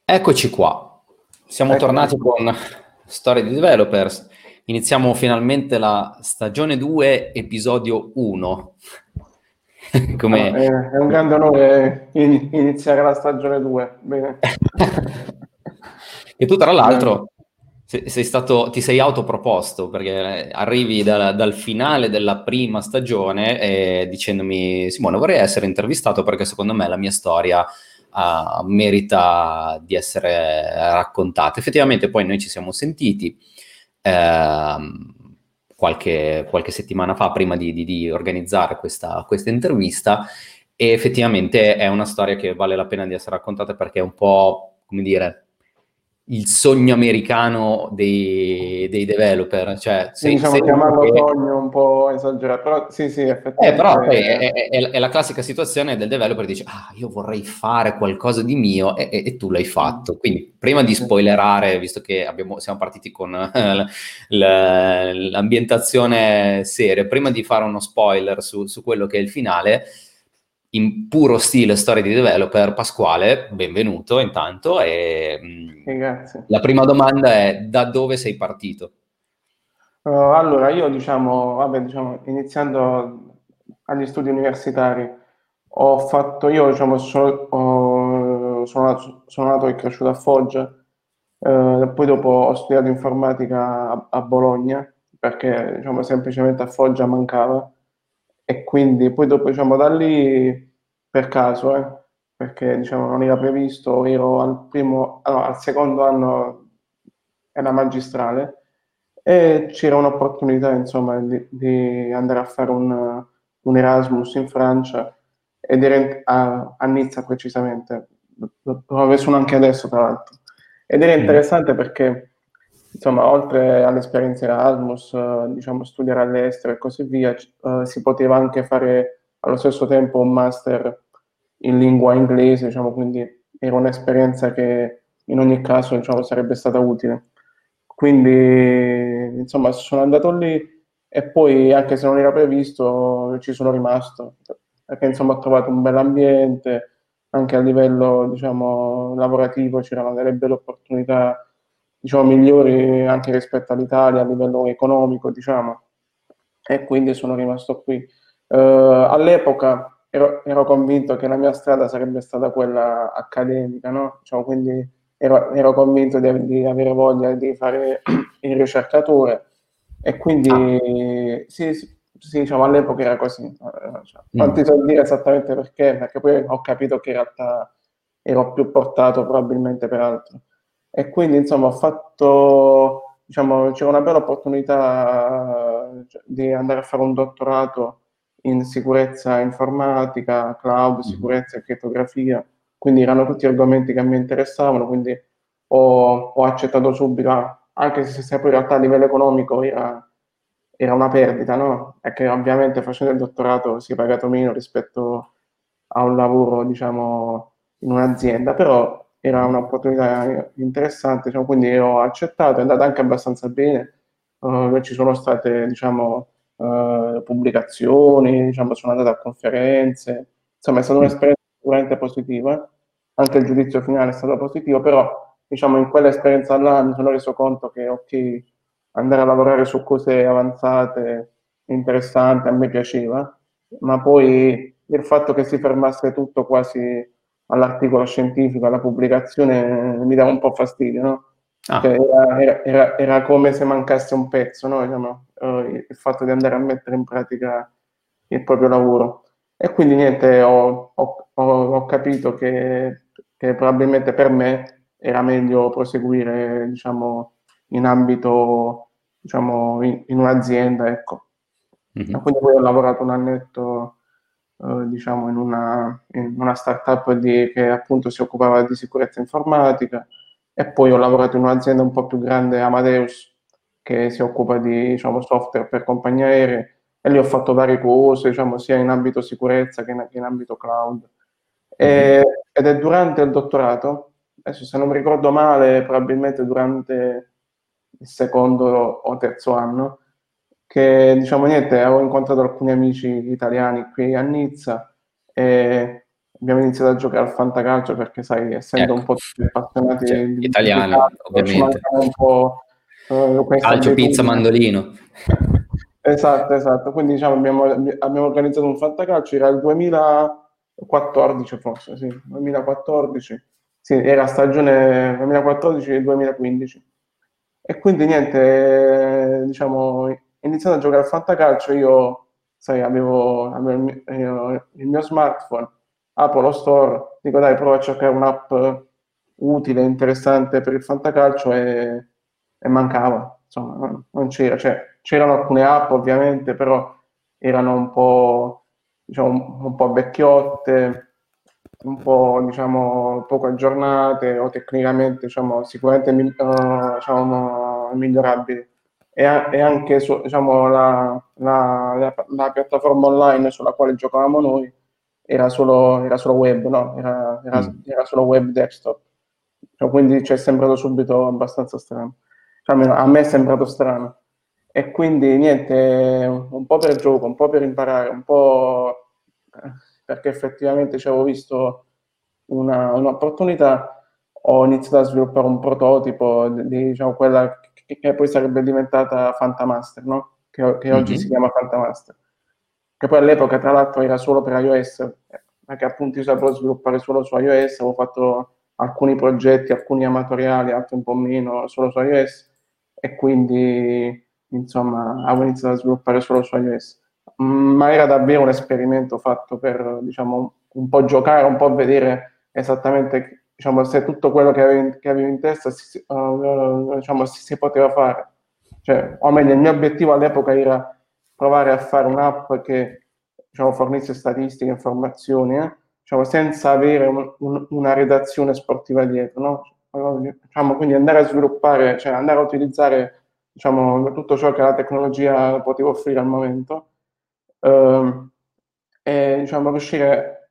Eccoci qua, siamo Ecco, tornati con Storie di Developers, iniziamo finalmente la stagione 2, episodio 1. ah, Come... è un grande onore iniziare la stagione 2. Bene. E tu tra Bene. l'altro ti sei autoproposto perché arrivi dal finale della prima stagione dicendomi Simone vorrei essere intervistato perché secondo me la mia storia merita di essere raccontata. Effettivamente poi noi ci siamo sentiti ehm, qualche settimana fa prima di organizzare questa intervista e effettivamente è una storia che vale la pena di essere raccontata perché è un po', come dire, il sogno americano dei developer, cioè Sì, diciamo sei uno chiamarlo che... sogno un po' esagerato, però sì, sì, Però poi effettivamente. è la classica situazione del developer che dice, ah, io vorrei fare qualcosa di mio e tu l'hai Mm, fatto. Quindi, prima di sì. spoilerare, visto che siamo partiti con l'ambientazione seria, prima di fare uno spoiler su quello che è il finale, in puro stile storia di developer, Pasquale, benvenuto intanto. Sì, grazie. La prima domanda è, da dove sei partito? Allora, io diciamo, vabbè, diciamo, iniziando agli studi universitari, io diciamo, sono nato e cresciuto a Foggia, poi dopo ho studiato informatica a Bologna, perché diciamo, semplicemente a Foggia mancava, e quindi poi dopo diciamo, da lì, per caso, perché diciamo, non era previsto, ero al secondo anno della magistrale e c'era un'opportunità, insomma, di andare a fare un Erasmus in Francia ed era a Nizza precisamente, dove sono anche adesso, tra l'altro. Ed era Mhm. interessante perché, insomma, oltre all'esperienza Erasmus, diciamo, studiare all'estero e così via, si poteva anche fare allo stesso tempo un master in lingua inglese, diciamo, quindi era un'esperienza che in ogni caso, diciamo, sarebbe stata utile. Quindi, insomma, sono andato lì e poi, anche se non era previsto, ci sono rimasto, perché, insomma, ho trovato un bel ambiente, anche a livello, diciamo, lavorativo c'erano delle belle opportunità, diciamo, migliori anche rispetto all'Italia a livello economico, diciamo, e quindi sono rimasto qui. All'epoca ero convinto che la mia strada sarebbe stata quella accademica, no? Diciamo, quindi ero convinto di avere voglia di fare il ricercatore e Ah, quindi sì, sì, sì, diciamo, all'epoca era così. Cioè, non ti mm. so dire esattamente perché poi ho capito che in realtà ero più portato probabilmente per altro. E quindi, insomma, ho fatto, diciamo, c'era una bella opportunità di andare a fare un dottorato in sicurezza informatica, cloud, Mhm. sicurezza e crittografia, quindi erano tutti argomenti che mi interessavano, quindi ho accettato subito, anche se poi in realtà a livello economico era una perdita, no? Perché ovviamente facendo il dottorato si è pagato meno rispetto a un lavoro, diciamo, in un'azienda, però era un'opportunità interessante, diciamo, quindi ho accettato, è andata anche abbastanza bene. Ci sono state, diciamo, pubblicazioni, diciamo, sono andato a conferenze, insomma è stata Mm. un'esperienza sicuramente positiva, anche il giudizio finale è stato positivo, però diciamo in quell'esperienza là mi sono reso conto che ok, andare a lavorare su cose avanzate, interessanti, a me piaceva, ma poi il fatto che si fermasse tutto quasi all'articolo scientifico, alla pubblicazione, mi dava un po' fastidio, no? Cioè, Ah. era come se mancasse un pezzo, no? Diciamo, il fatto di andare a mettere in pratica il proprio lavoro. E quindi niente, ho capito che probabilmente per me era meglio proseguire, diciamo, in ambito, diciamo, in un'azienda, ecco. E Mhm. quindi poi ho lavorato un annetto, diciamo, in una startup che appunto si occupava di sicurezza informatica e poi ho lavorato in un'azienda un po' più grande, Amadeus, che si occupa di, diciamo, software per compagnie aeree e lì ho fatto varie cose, diciamo, sia in ambito sicurezza che in ambito cloud. Mhm. Ed è durante il dottorato, adesso se non mi ricordo male, probabilmente durante il secondo o terzo anno, che diciamo niente, avevo incontrato alcuni amici italiani qui a Nizza e abbiamo iniziato a giocare al fantacalcio perché, sai, essendo un Ecco, po' tutti appassionati cioè, di italiani, calcio, ci ovviamente. mancava un po' questa Calcio, pizza, abitudine. mandolino. Esatto, esatto. Quindi diciamo abbiamo organizzato un fantacalcio, era il 2014 forse, sì, 2014. Sì, era stagione 2014-2015. E quindi niente, diciamo, iniziando a giocare al fantacalcio, io, sai, avevo il mio smartphone, apro lo store, dico dai, provo a cercare un'app utile, interessante per il fantacalcio e mancava, insomma, non c'era, cioè c'erano alcune app ovviamente, però erano un po', diciamo, un po' vecchiotte, un po', diciamo, poco aggiornate o tecnicamente, diciamo, sicuramente diciamo, migliorabili. E anche diciamo, la piattaforma online sulla quale giocavamo noi era solo web, no? Mm. Era solo web desktop. Cioè, quindi ci è sembrato subito abbastanza strano. Cioè, almeno a me è sembrato strano. E quindi niente, un po' per gioco, un po' per imparare, un po' perché effettivamente ci avevo visto un'opportunità, ho iniziato a sviluppare un prototipo diciamo, quella che poi sarebbe diventata Fantamaster, no? Che oggi si Mhm. chiama Fantamaster, che poi all'epoca tra l'altro era solo per iOS, perché appunto io sapevo sviluppare solo su iOS, avevo fatto alcuni progetti, alcuni amatoriali, altri un po' meno, solo su iOS, e quindi insomma avevo iniziato a sviluppare solo su iOS. Ma era davvero un esperimento fatto per, diciamo, un po' giocare, un po' vedere esattamente, diciamo, se tutto quello che avevo in testa diciamo, si poteva fare. Cioè, o meglio, il mio obiettivo all'epoca era provare a fare un'app che, diciamo, fornisse statistiche, informazioni, diciamo, senza avere una redazione sportiva dietro, no? Diciamo, quindi andare a sviluppare, cioè andare a utilizzare, diciamo, tutto ciò che la tecnologia poteva offrire al momento, ehm, e diciamo, riuscire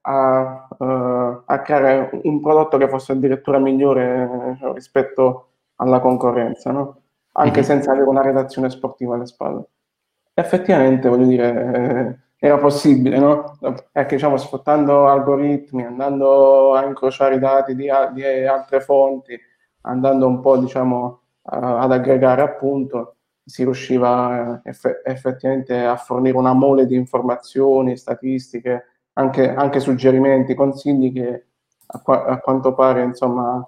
a creare un prodotto che fosse addirittura migliore rispetto alla concorrenza, no? Anche Mhm. senza avere una redazione sportiva alle spalle. Effettivamente, voglio dire, era possibile, no? Perché diciamo, sfruttando algoritmi, andando a incrociare i dati di altre fonti, andando un po', diciamo, ad aggregare appunto, si riusciva effettivamente a fornire una mole di informazioni, statistiche, anche suggerimenti, consigli che a quanto pare, insomma,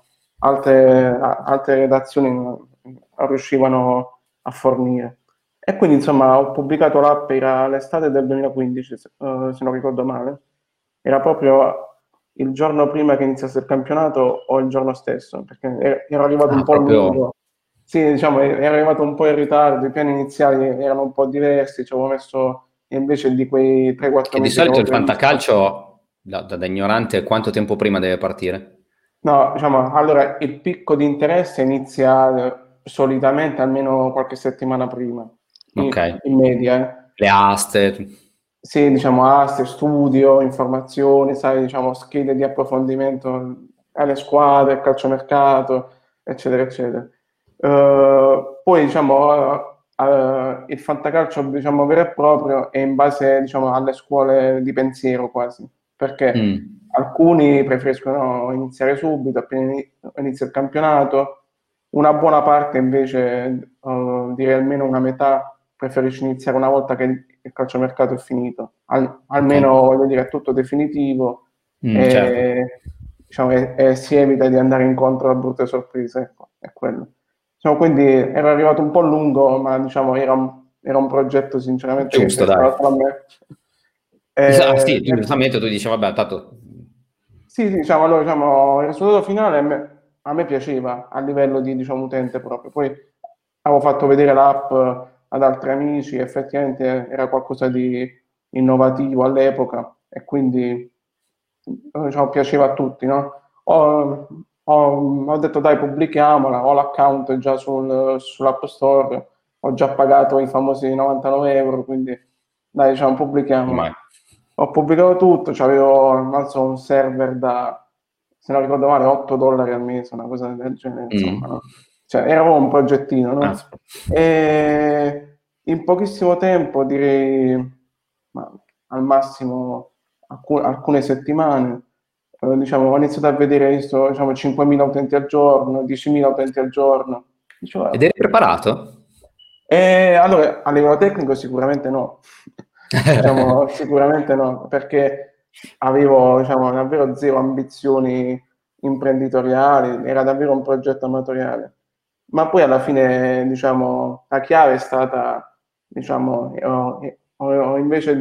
altre redazioni non riuscivano a fornire. E quindi, insomma, ho pubblicato l'app, era l'estate del 2015, se non ricordo male. Era proprio il giorno prima che iniziasse il campionato o il giorno stesso, perché ero arrivato un Ah, po' proprio. lungo. Sì, diciamo, ero arrivato un po' in ritardo, i piani iniziali erano un po' diversi, ci avevo messo invece di quei 3-4 Che di mesi che solito avevo il previsto. fantacalcio, da ignorante, quanto tempo prima deve partire? No, diciamo, allora il picco di interesse inizia solitamente almeno qualche settimana prima, Ok. in media. Le aste. Sì, diciamo, aste, studio, informazioni, sai, diciamo, schede di approfondimento alle squadre, calciomercato, eccetera, eccetera. Poi, diciamo, il fantacalcio, diciamo, vero e proprio è in base, diciamo, alle scuole di pensiero quasi, perché Mm. alcuni preferiscono iniziare subito, appena inizia il campionato, una buona parte invece, direi almeno una metà, preferisce iniziare una volta che il calciomercato è finito. Ok. Almeno, voglio dire, è tutto definitivo Certo. diciamo, e si evita di andare incontro a brutte sorprese. Ecco, è quello. Diciamo, quindi ero arrivato un po' lungo, ma diciamo, era un progetto sinceramente che Giusto, dai. interessava solo a me. Ah, sì, E giustamente tu dici, vabbè, tanto. sì, sì, diciamo, allora, diciamo, il risultato finale a me piaceva a livello di, diciamo, utente proprio. Poi avevo fatto vedere l'app ad altri amici, effettivamente era qualcosa di innovativo all'epoca e quindi diciamo, piaceva a tutti, no? Ho detto dai, pubblichiamola, ho l'account già sull'App Store, ho già pagato i famosi 99 euro, quindi dai, diciamo, pubblichiamola. Ormai. Ho pubblicato tutto, c'avevo non so, un server da, se non ricordo male, 8 dollari al mese, una cosa del genere, insomma, Mm. no? Cioè, era proprio un progettino, no? Ah, E in pochissimo tempo, direi, ma al massimo alcune settimane, diciamo, ho iniziato a vedere, diciamo, 5.000 utenti al giorno, 10.000 utenti al giorno. Ed Dicevo, eri preparato? allora, a livello tecnico sicuramente no, diciamo, sicuramente no, perché avevo, diciamo, davvero zero ambizioni imprenditoriali, era davvero un progetto amatoriale. Ma poi alla fine, diciamo, la chiave è stata, diciamo, invece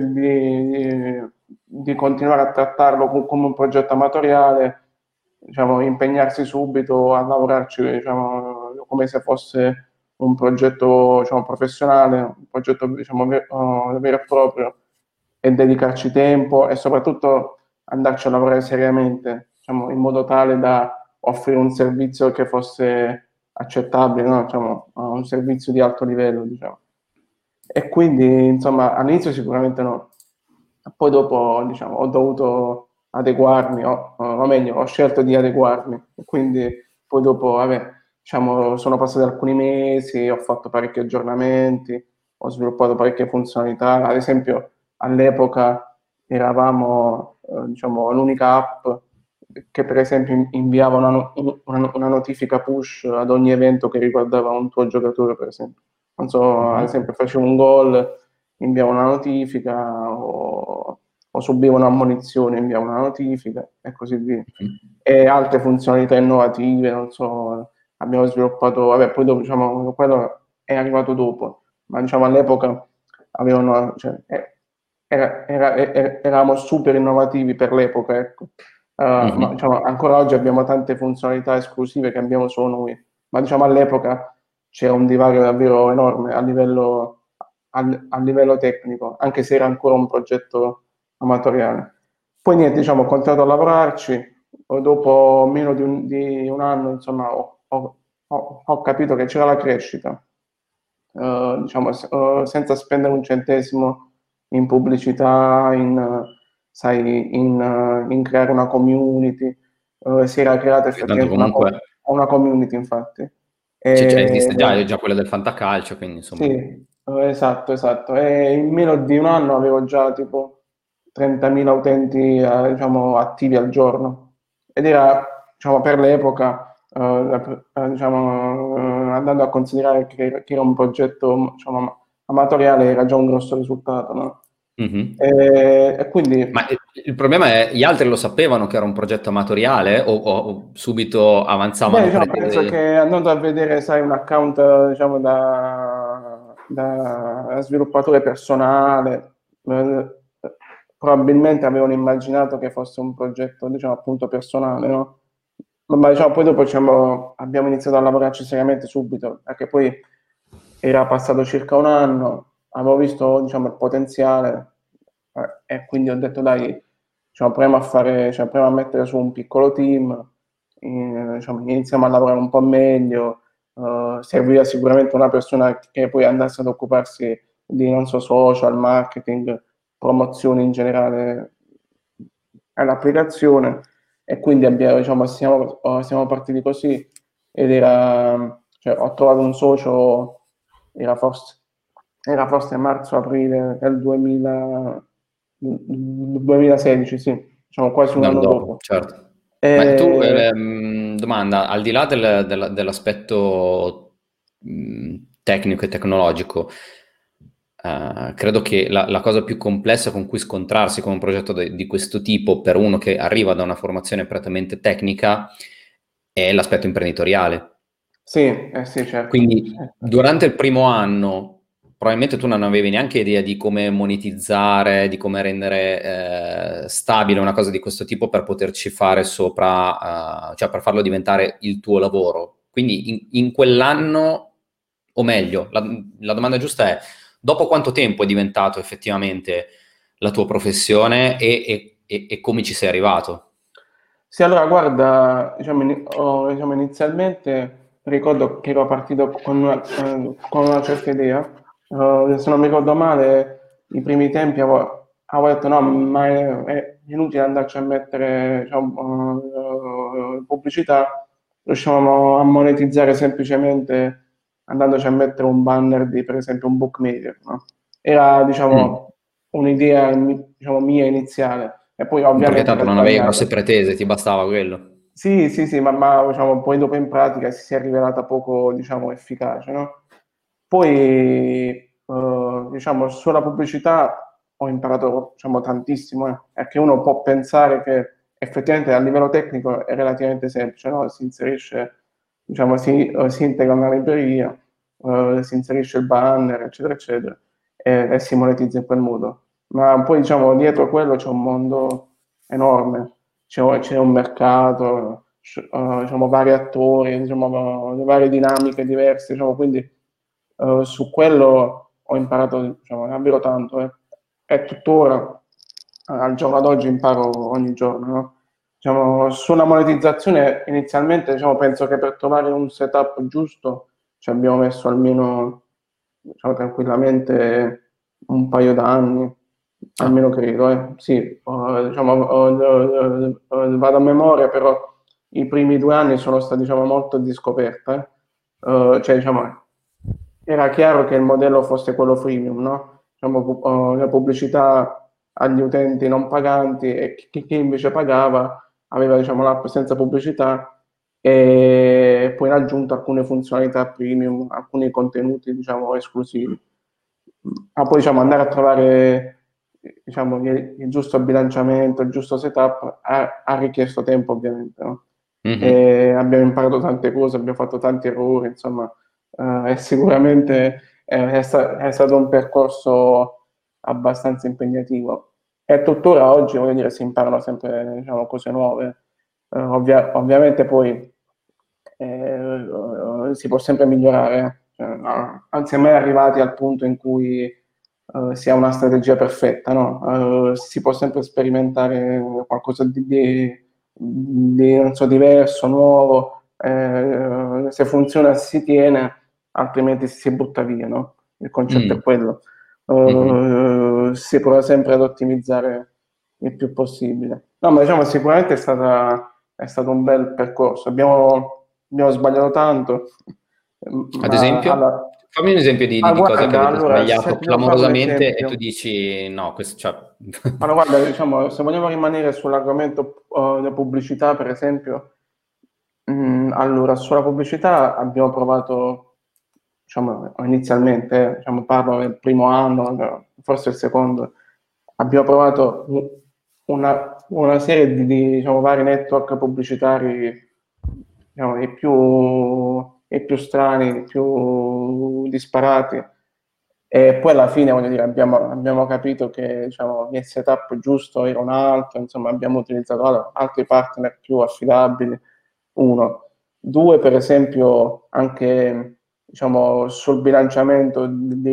di continuare a trattarlo come un progetto amatoriale, diciamo, impegnarsi subito a lavorarci, diciamo, come se fosse un progetto, diciamo, professionale, un progetto, diciamo, vero e proprio, e dedicarci tempo e soprattutto andarci a lavorare seriamente, diciamo, in modo tale da offrire un servizio che fosse accettabile, no? Diciamo, un servizio di alto livello, diciamo. E quindi, insomma, all'inizio sicuramente no. Poi dopo, diciamo, ho dovuto adeguarmi, o meglio, ho scelto di adeguarmi. E quindi poi dopo, vabbè, diciamo, sono passati alcuni mesi, ho fatto parecchi aggiornamenti, ho sviluppato parecchie funzionalità. Ad esempio, all'epoca eravamo, diciamo, l'unica app che per esempio inviava una notifica push ad ogni evento che riguardava un tuo giocatore, per esempio. Non so, ad Mhm. esempio facevo un gol, inviavo una notifica, o subivo un'ammonizione, inviavo una notifica e così via. Mhm. E altre funzionalità innovative, non so, abbiamo sviluppato, vabbè, poi dopo, diciamo, quello è arrivato dopo, ma diciamo all'epoca avevano, cioè, eravamo super innovativi per l'epoca, ecco. Ma Mhm. diciamo, ancora oggi abbiamo tante funzionalità esclusive che abbiamo solo noi, ma diciamo all'epoca c'era un divario davvero enorme a livello tecnico, anche se era ancora un progetto amatoriale. Poi niente, diciamo, ho continuato a lavorarci, dopo meno di un anno, insomma, ho capito che c'era la crescita, diciamo, senza spendere un centesimo in pubblicità, sai, in creare una community. Si era creata Perché tanto effettivamente comunque una community, infatti. esiste già, è E, già quella del fantacalcio, quindi sì, insomma. esatto, esatto. E in meno di un anno avevo già tipo 30.000 utenti, diciamo, attivi al giorno. Ed era, diciamo, per l'epoca, diciamo, andando a considerare che era un progetto, diciamo, amatoriale, era già un grosso risultato, no? Mhm. E quindi, Ma il problema è, gli altri lo sapevano che era un progetto amatoriale o subito beh, avanzavano diciamo, penso pretese? che andando a vedere, sai, un account, diciamo, da sviluppatore personale, probabilmente avevano immaginato che fosse un progetto, diciamo, appunto personale, no? Ma diciamo, poi dopo abbiamo iniziato a lavorarci seriamente subito, perché poi era passato circa un anno, avevo visto, diciamo, il potenziale, e quindi ho detto, dai, diciamo, proviamo a fare, cioè, proviamo a mettere su un piccolo team, diciamo, iniziamo a lavorare un po' meglio, serviva sicuramente una persona che poi andasse ad occuparsi di, non so, social, marketing, promozioni in generale all'applicazione, e quindi diciamo, siamo partiti così, ed era, cioè, ho trovato un socio, era forse, era forse marzo-aprile del 2016, sì, diciamo quasi un Un anno anno dopo, dopo. certo. Ma tu, E, domanda, al di là dell'aspetto tecnico e tecnologico, credo che la cosa più complessa con cui scontrarsi con un progetto di questo tipo per uno che arriva da una formazione prettamente tecnica è l'aspetto imprenditoriale. sì, sì, certo. Quindi durante il primo anno probabilmente tu non avevi neanche idea di come monetizzare, di come rendere stabile una cosa di questo tipo per poterci fare sopra, cioè per farlo diventare il tuo lavoro. Quindi in quell'anno, o meglio, la domanda giusta è, dopo quanto tempo è diventato effettivamente la tua professione e come ci sei arrivato? Sì, allora guarda, diciamo, diciamo, inizialmente ricordo che ero partito con una certa idea. Se non mi ricordo male, i primi tempi avevo detto no, ma è inutile andarci a mettere, diciamo, pubblicità, riusciamo a monetizzare semplicemente andandoci a mettere un banner di, per esempio, un bookmaker, no? Era, Mm. diciamo, un'idea, diciamo, mia iniziale. e poi Perché ovviamente tanto era non avevi grosse sbagliata. pretese, ti bastava quello. Sì, sì, sì, ma diciamo, poi dopo in pratica si è rivelata poco, diciamo, efficace, no? Poi, diciamo, sulla pubblicità ho imparato, diciamo, tantissimo, perché uno può pensare che effettivamente a livello tecnico è relativamente semplice, no? Si inserisce, diciamo, si integra una libreria, si inserisce il banner, eccetera, eccetera, e si monetizza in quel modo. Ma poi, diciamo, dietro quello c'è un mondo enorme, c'è un mercato, diciamo, vari attori, diciamo, varie dinamiche diverse, diciamo, quindi su quello ho imparato, diciamo, davvero tanto, e tuttora, al giorno d'oggi imparo ogni giorno, no? Diciamo, sulla monetizzazione inizialmente, diciamo, penso che per trovare un setup giusto ci abbiamo messo almeno, diciamo, tranquillamente un paio d'anni, Ah. almeno credo, sì, diciamo, vado a memoria, però i primi 2 anni sono stati, diciamo, molto di scoperta, cioè, diciamo, era chiaro che il modello fosse quello freemium, no? Diciamo, la pubblicità agli utenti non paganti e chi invece pagava aveva, diciamo, l'app senza pubblicità e poi in aggiunta alcune funzionalità premium, alcuni contenuti, diciamo, esclusivi. Ma poi, diciamo, andare a trovare, diciamo, il giusto bilanciamento, il giusto setup ha richiesto tempo, ovviamente, no? Mhm. E abbiamo imparato tante cose, abbiamo fatto tanti errori, insomma, e sicuramente è stato un percorso abbastanza impegnativo. E tuttora oggi, voglio dire, si imparano sempre, diciamo, cose nuove. Ovviamente poi si può sempre migliorare, cioè, no, anzi, mai arrivati al punto in cui si ha una strategia perfetta, no? Si può sempre sperimentare qualcosa non so, diverso, nuovo, se funziona si tiene, altrimenti si butta via, no? Il concetto è Mm. quello. Mhm. Si prova sempre ad ottimizzare il più possibile. No, ma diciamo sicuramente è stato un bel percorso. Abbiamo sbagliato tanto, Ad ma esempio? allora, Fammi un esempio di cose che guarda, avete allora, se sbagliato ti devo fare un clamorosamente e tu esempio, dici no, questo, cioè... allora, guarda, diciamo, se vogliamo rimanere sull'argomento della pubblicità, per esempio, allora, sulla pubblicità abbiamo provato, diciamo, inizialmente, diciamo, parlo del primo anno, forse il secondo, abbiamo provato una serie diciamo, vari network pubblicitari, diciamo, i più strani, i più disparati. E poi alla fine, voglio dire, abbiamo capito che diciamo, il setup giusto era un altro, insomma, abbiamo utilizzato altri partner più affidabili, uno. Due, per esempio, anche diciamo, sul bilanciamento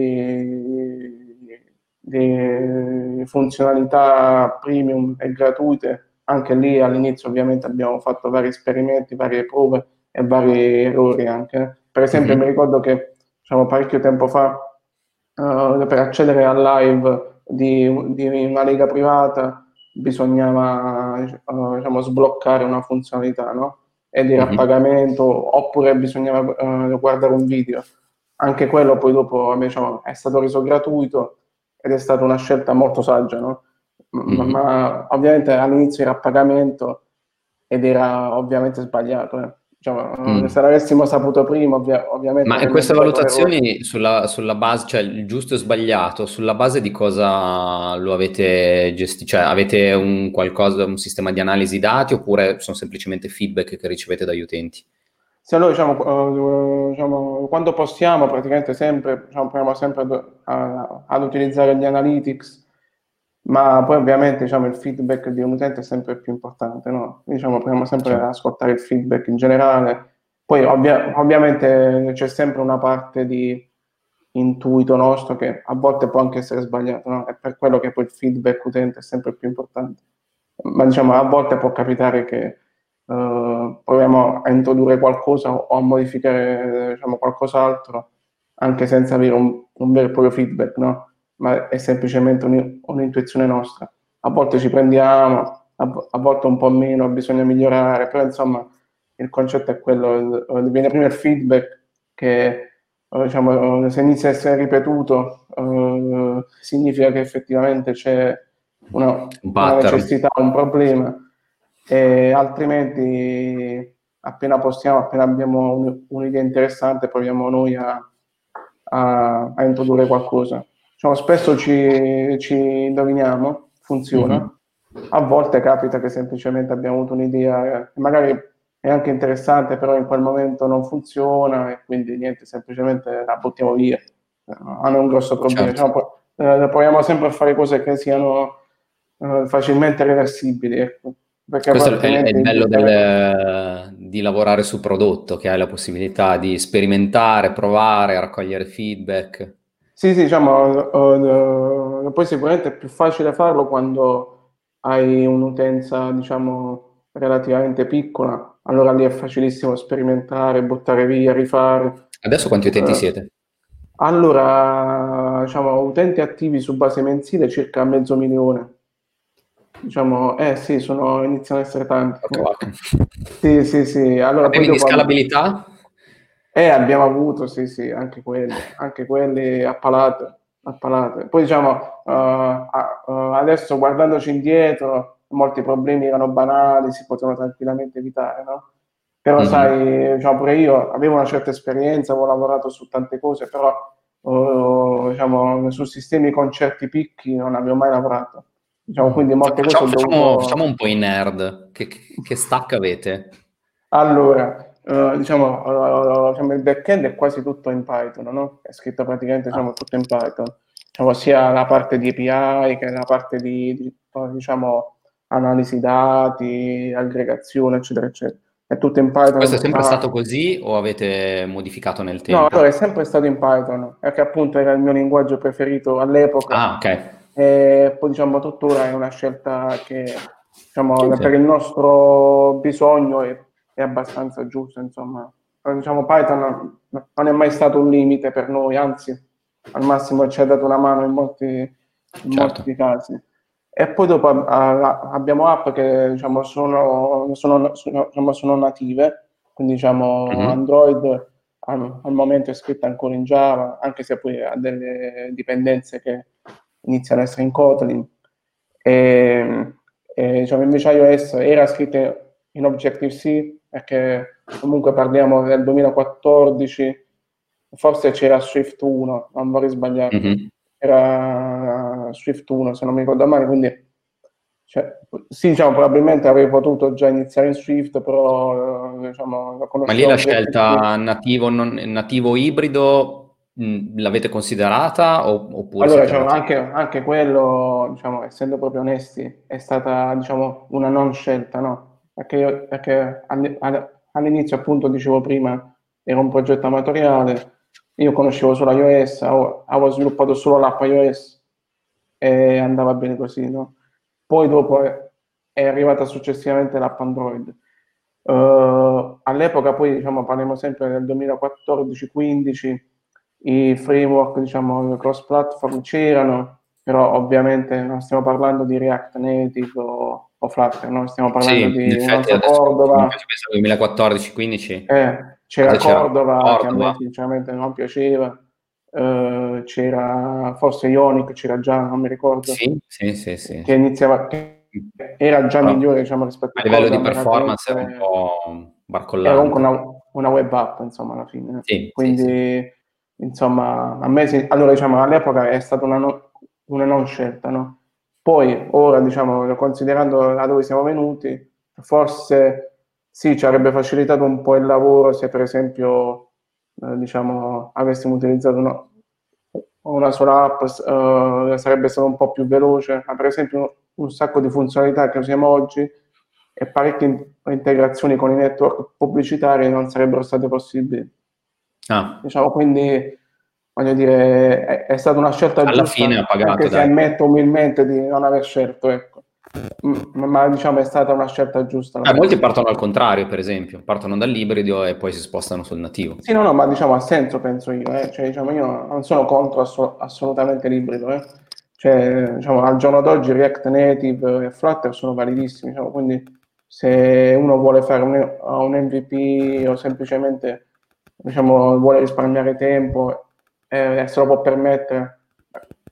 di funzionalità premium e gratuite, anche lì all'inizio ovviamente abbiamo fatto vari esperimenti, varie prove e vari errori anche. Per esempio, mi Mhm. ricordo che diciamo, parecchio tempo fa, per accedere al live di una lega privata bisognava diciamo, sbloccare una funzionalità, no? Ed era a Mhm. pagamento, oppure bisognava guardare un video. Anche quello poi dopo vabbè, diciamo, è stato reso gratuito ed è stata una scelta molto saggia, no? Mhm. Ma ovviamente all'inizio era a pagamento ed era ovviamente sbagliato. Diciamo, se Mm. l'avessimo saputo prima, ovviamente Ma in avremmo queste evitato l'errore. valutazioni sulla base, cioè il giusto e sbagliato, sulla base di cosa lo avete gestito? Cioè avete un qualcosa, un sistema di analisi dati oppure sono semplicemente feedback che ricevete dagli utenti? Se noi diciamo, quando possiamo, praticamente sempre, diciamo, proviamo sempre ad utilizzare gli analytics, ma poi ovviamente diciamo, il feedback di un utente è sempre più importante, no? Diciamo, proviamo sempre ad Cioè, ascoltare il feedback in generale. Poi ovviamente c'è sempre una parte di intuito nostro che a volte può anche essere sbagliato, no? È per quello che poi il feedback utente è sempre più importante. Ma diciamo, a volte può capitare che proviamo a introdurre qualcosa o a modificare diciamo, qualcos'altro anche senza avere un vero e proprio feedback, no? Ma è semplicemente un'intuizione nostra. A volte ci prendiamo, a volte un po' meno, bisogna migliorare, però insomma il concetto è quello, viene prima il feedback che diciamo, se inizia a essere ripetuto significa che effettivamente c'è una necessità, un problema, e altrimenti appena possiamo, appena abbiamo un'idea interessante, proviamo noi a introdurre qualcosa. Diciamo, spesso ci indoviniamo, funziona. A volte capita che semplicemente abbiamo avuto un'idea che magari è anche interessante, però in quel momento non funziona e quindi niente, semplicemente la buttiamo via. Non è un grosso problema. Certo. Diciamo, proviamo sempre a fare cose che siano facilmente reversibili, ecco, perché poi Questo è il altrimenti bello di lavorare su prodotto, che hai la possibilità di sperimentare, provare, raccogliere feedback. sì, sì, diciamo, poi sicuramente è più facile farlo quando hai un'utenza, diciamo, relativamente piccola, allora lì è facilissimo sperimentare, buttare via, rifare. Adesso quanti utenti Eh, siete? allora, diciamo, utenti attivi su base mensile circa 500.000. Diciamo, sì, iniziano ad essere tanti. Porca vacca. Sì, sì, sì. Allora, poi Problemi di dopo scalabilità? abbiamo avuto, sì, sì, anche quelli a palate, a palate. Poi diciamo, adesso guardandoci indietro, molti problemi erano banali, si potevano tranquillamente evitare, no? Però Mhm. sai, diciamo, pure io avevo una certa esperienza, avevo lavorato su tante cose, però diciamo, su sistemi con certi picchi non avevo mai lavorato. Diciamo, quindi molte cose ho Facciamo dovuto. un po' i nerd. Che stack avete? Allora, diciamo, il backend è quasi tutto in Python, no? È scritto praticamente, Ah, diciamo, tutto in Python. Diciamo, sia la parte di API che la parte diciamo, analisi dati, aggregazione, eccetera, eccetera. È tutto in questo è Python. sempre stato così o avete modificato nel No, allora è tempo? sempre stato in Python, perché appunto era il mio linguaggio preferito all'epoca. Ah, ok. E poi, diciamo, tuttora è una scelta che, Sì, diciamo, sì. per il nostro bisogno è abbastanza giusta, insomma. Però, diciamo, Python non è mai stato un limite per noi, anzi, al massimo ci ha dato una mano in Certo. molti casi. E poi dopo abbiamo app che, diciamo, sono native, quindi, diciamo, Mhm. Android al momento è scritta ancora in Java, anche se poi ha delle dipendenze che iniziano a essere in Kotlin. E, diciamo, invece iOS era scritta in Objective-C, perché comunque parliamo del 2014, forse c'era Swift 1, non vorrei sbagliarmi, Mhm. era Swift 1 se non mi ricordo male, quindi cioè, sì, diciamo, probabilmente avrei potuto già iniziare in Swift, però diciamo, la Ma lì conoscevo la Objective-C. scelta nativo ibrido l'avete considerata oppure Allora, siete diciamo, andati? anche quello, diciamo, essendo proprio onesti, è stata, diciamo, una non scelta, no? Perché all'inizio, appunto, dicevo prima, era un progetto amatoriale, io conoscevo solo iOS, avevo sviluppato solo l'app iOS e andava bene così, no? Poi dopo è arrivata successivamente l'app Android. All'epoca poi, diciamo, parliamo sempre del 2014-15, i framework, diciamo, cross-platform c'erano, però ovviamente non stiamo parlando di React Native o Flutter, no? Stiamo Sì, parlando in di, non effetti so, adesso mi Cordova. piace pensare 2014-15, C'era cosa c'era? Cordova che a Cordova? me sinceramente non piaceva, c'era forse Ionic, c'era già, non mi ricordo, Sì, sì, sì, sì. che iniziava, che era già Però migliore, diciamo, rispetto a a livello di Cordova, ma performance era un po' era comunque barcollante. una web app, insomma, alla fine. Sì, sì, sì. Quindi, insomma, a me allora, diciamo, all'epoca è stata una non scelta, no? Poi, ora, diciamo, considerando da dove siamo venuti, forse sì, ci avrebbe facilitato un po' il lavoro se, per esempio, diciamo, avessimo utilizzato una sola app, sarebbe stato un po' più veloce, ma per esempio un sacco di funzionalità che usiamo oggi e parecchie integrazioni con i network pubblicitari non sarebbero state possibili. Ah, Diciamo, quindi, voglio dire, è stata una scelta alla fine ha giusta, anche pagato, se dai. ammetto umilmente di non aver scelto, ecco. Ma diciamo è stata una scelta giusta alla Molti fine. partono al contrario, per esempio, partono dall'ibrido e poi si spostano sul nativo. Sì, no, no, ma diciamo ha senso, penso io, eh. Cioè, diciamo, io non sono contro assolutamente l'ibrido, eh. Cioè, diciamo, al giorno d'oggi React Native e Flutter sono validissimi, diciamo, quindi se uno vuole fare un MVP o semplicemente, diciamo, vuole risparmiare tempo e se lo può permettere,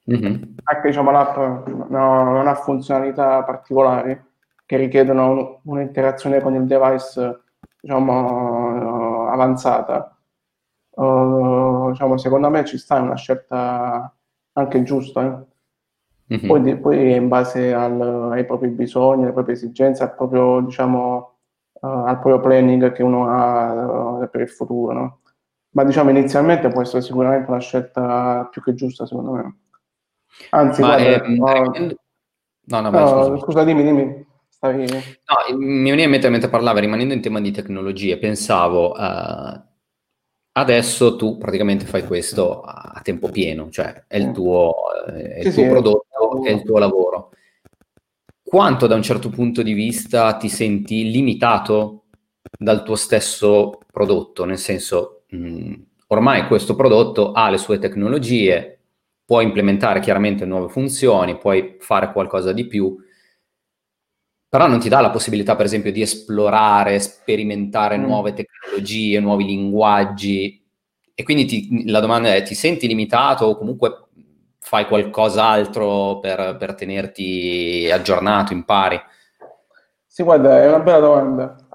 Mhm. Anche diciamo, l'app non ha funzionalità particolari che richiedono un'interazione con il device diciamo, avanzata. Diciamo, secondo me ci sta, è una scelta anche giusta. Poi, Mhm. poi in base ai propri bisogni, alle proprie esigenze, al proprio, diciamo, al proprio planning che uno ha per il futuro, no? Ma diciamo inizialmente può essere sicuramente una scelta più che giusta, secondo me. Anzi, Ma guarda, no, no, vai, no, scusami. scusa, dimmi, stavi... No, mi veniva in mente mentre parlava, rimanendo in tema di tecnologie, pensavo, adesso tu praticamente fai questo a tempo pieno, cioè Sì, è il sì, sì, tuo è il prodotto, è il lavoro. tuo lavoro. Quanto da un certo punto di vista ti senti limitato dal tuo stesso prodotto? Nel senso, ormai questo prodotto ha le sue tecnologie, puoi implementare chiaramente nuove funzioni, puoi fare qualcosa di più, però non ti dà la possibilità, per esempio, di esplorare, sperimentare nuove Mm. tecnologie, nuovi linguaggi. E quindi la domanda è, ti senti limitato o comunque fai qualcos'altro per tenerti aggiornato, impari? Sì, guarda, è una bella domanda.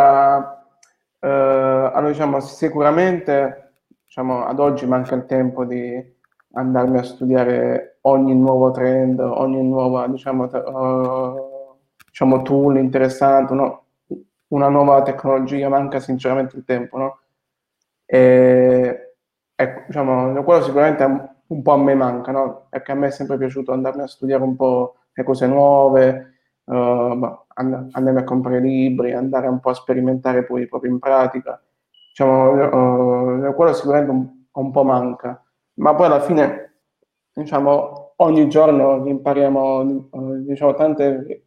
Allora, diciamo, sicuramente diciamo, ad oggi manca il tempo di andarmi a studiare ogni nuovo trend, ogni nuova diciamo, tool interessante, no? Una nuova tecnologia, manca sinceramente il tempo, no? E, ecco, diciamo, quello sicuramente un po' a me manca, no? Perché a me è sempre piaciuto andarmi a studiare un po' le cose nuove, boh, andarmi a comprare libri, andare un po' a sperimentare poi proprio in pratica. Diciamo, quello sicuramente un po' manca, ma poi alla fine, diciamo, ogni giorno impariamo, diciamo, tante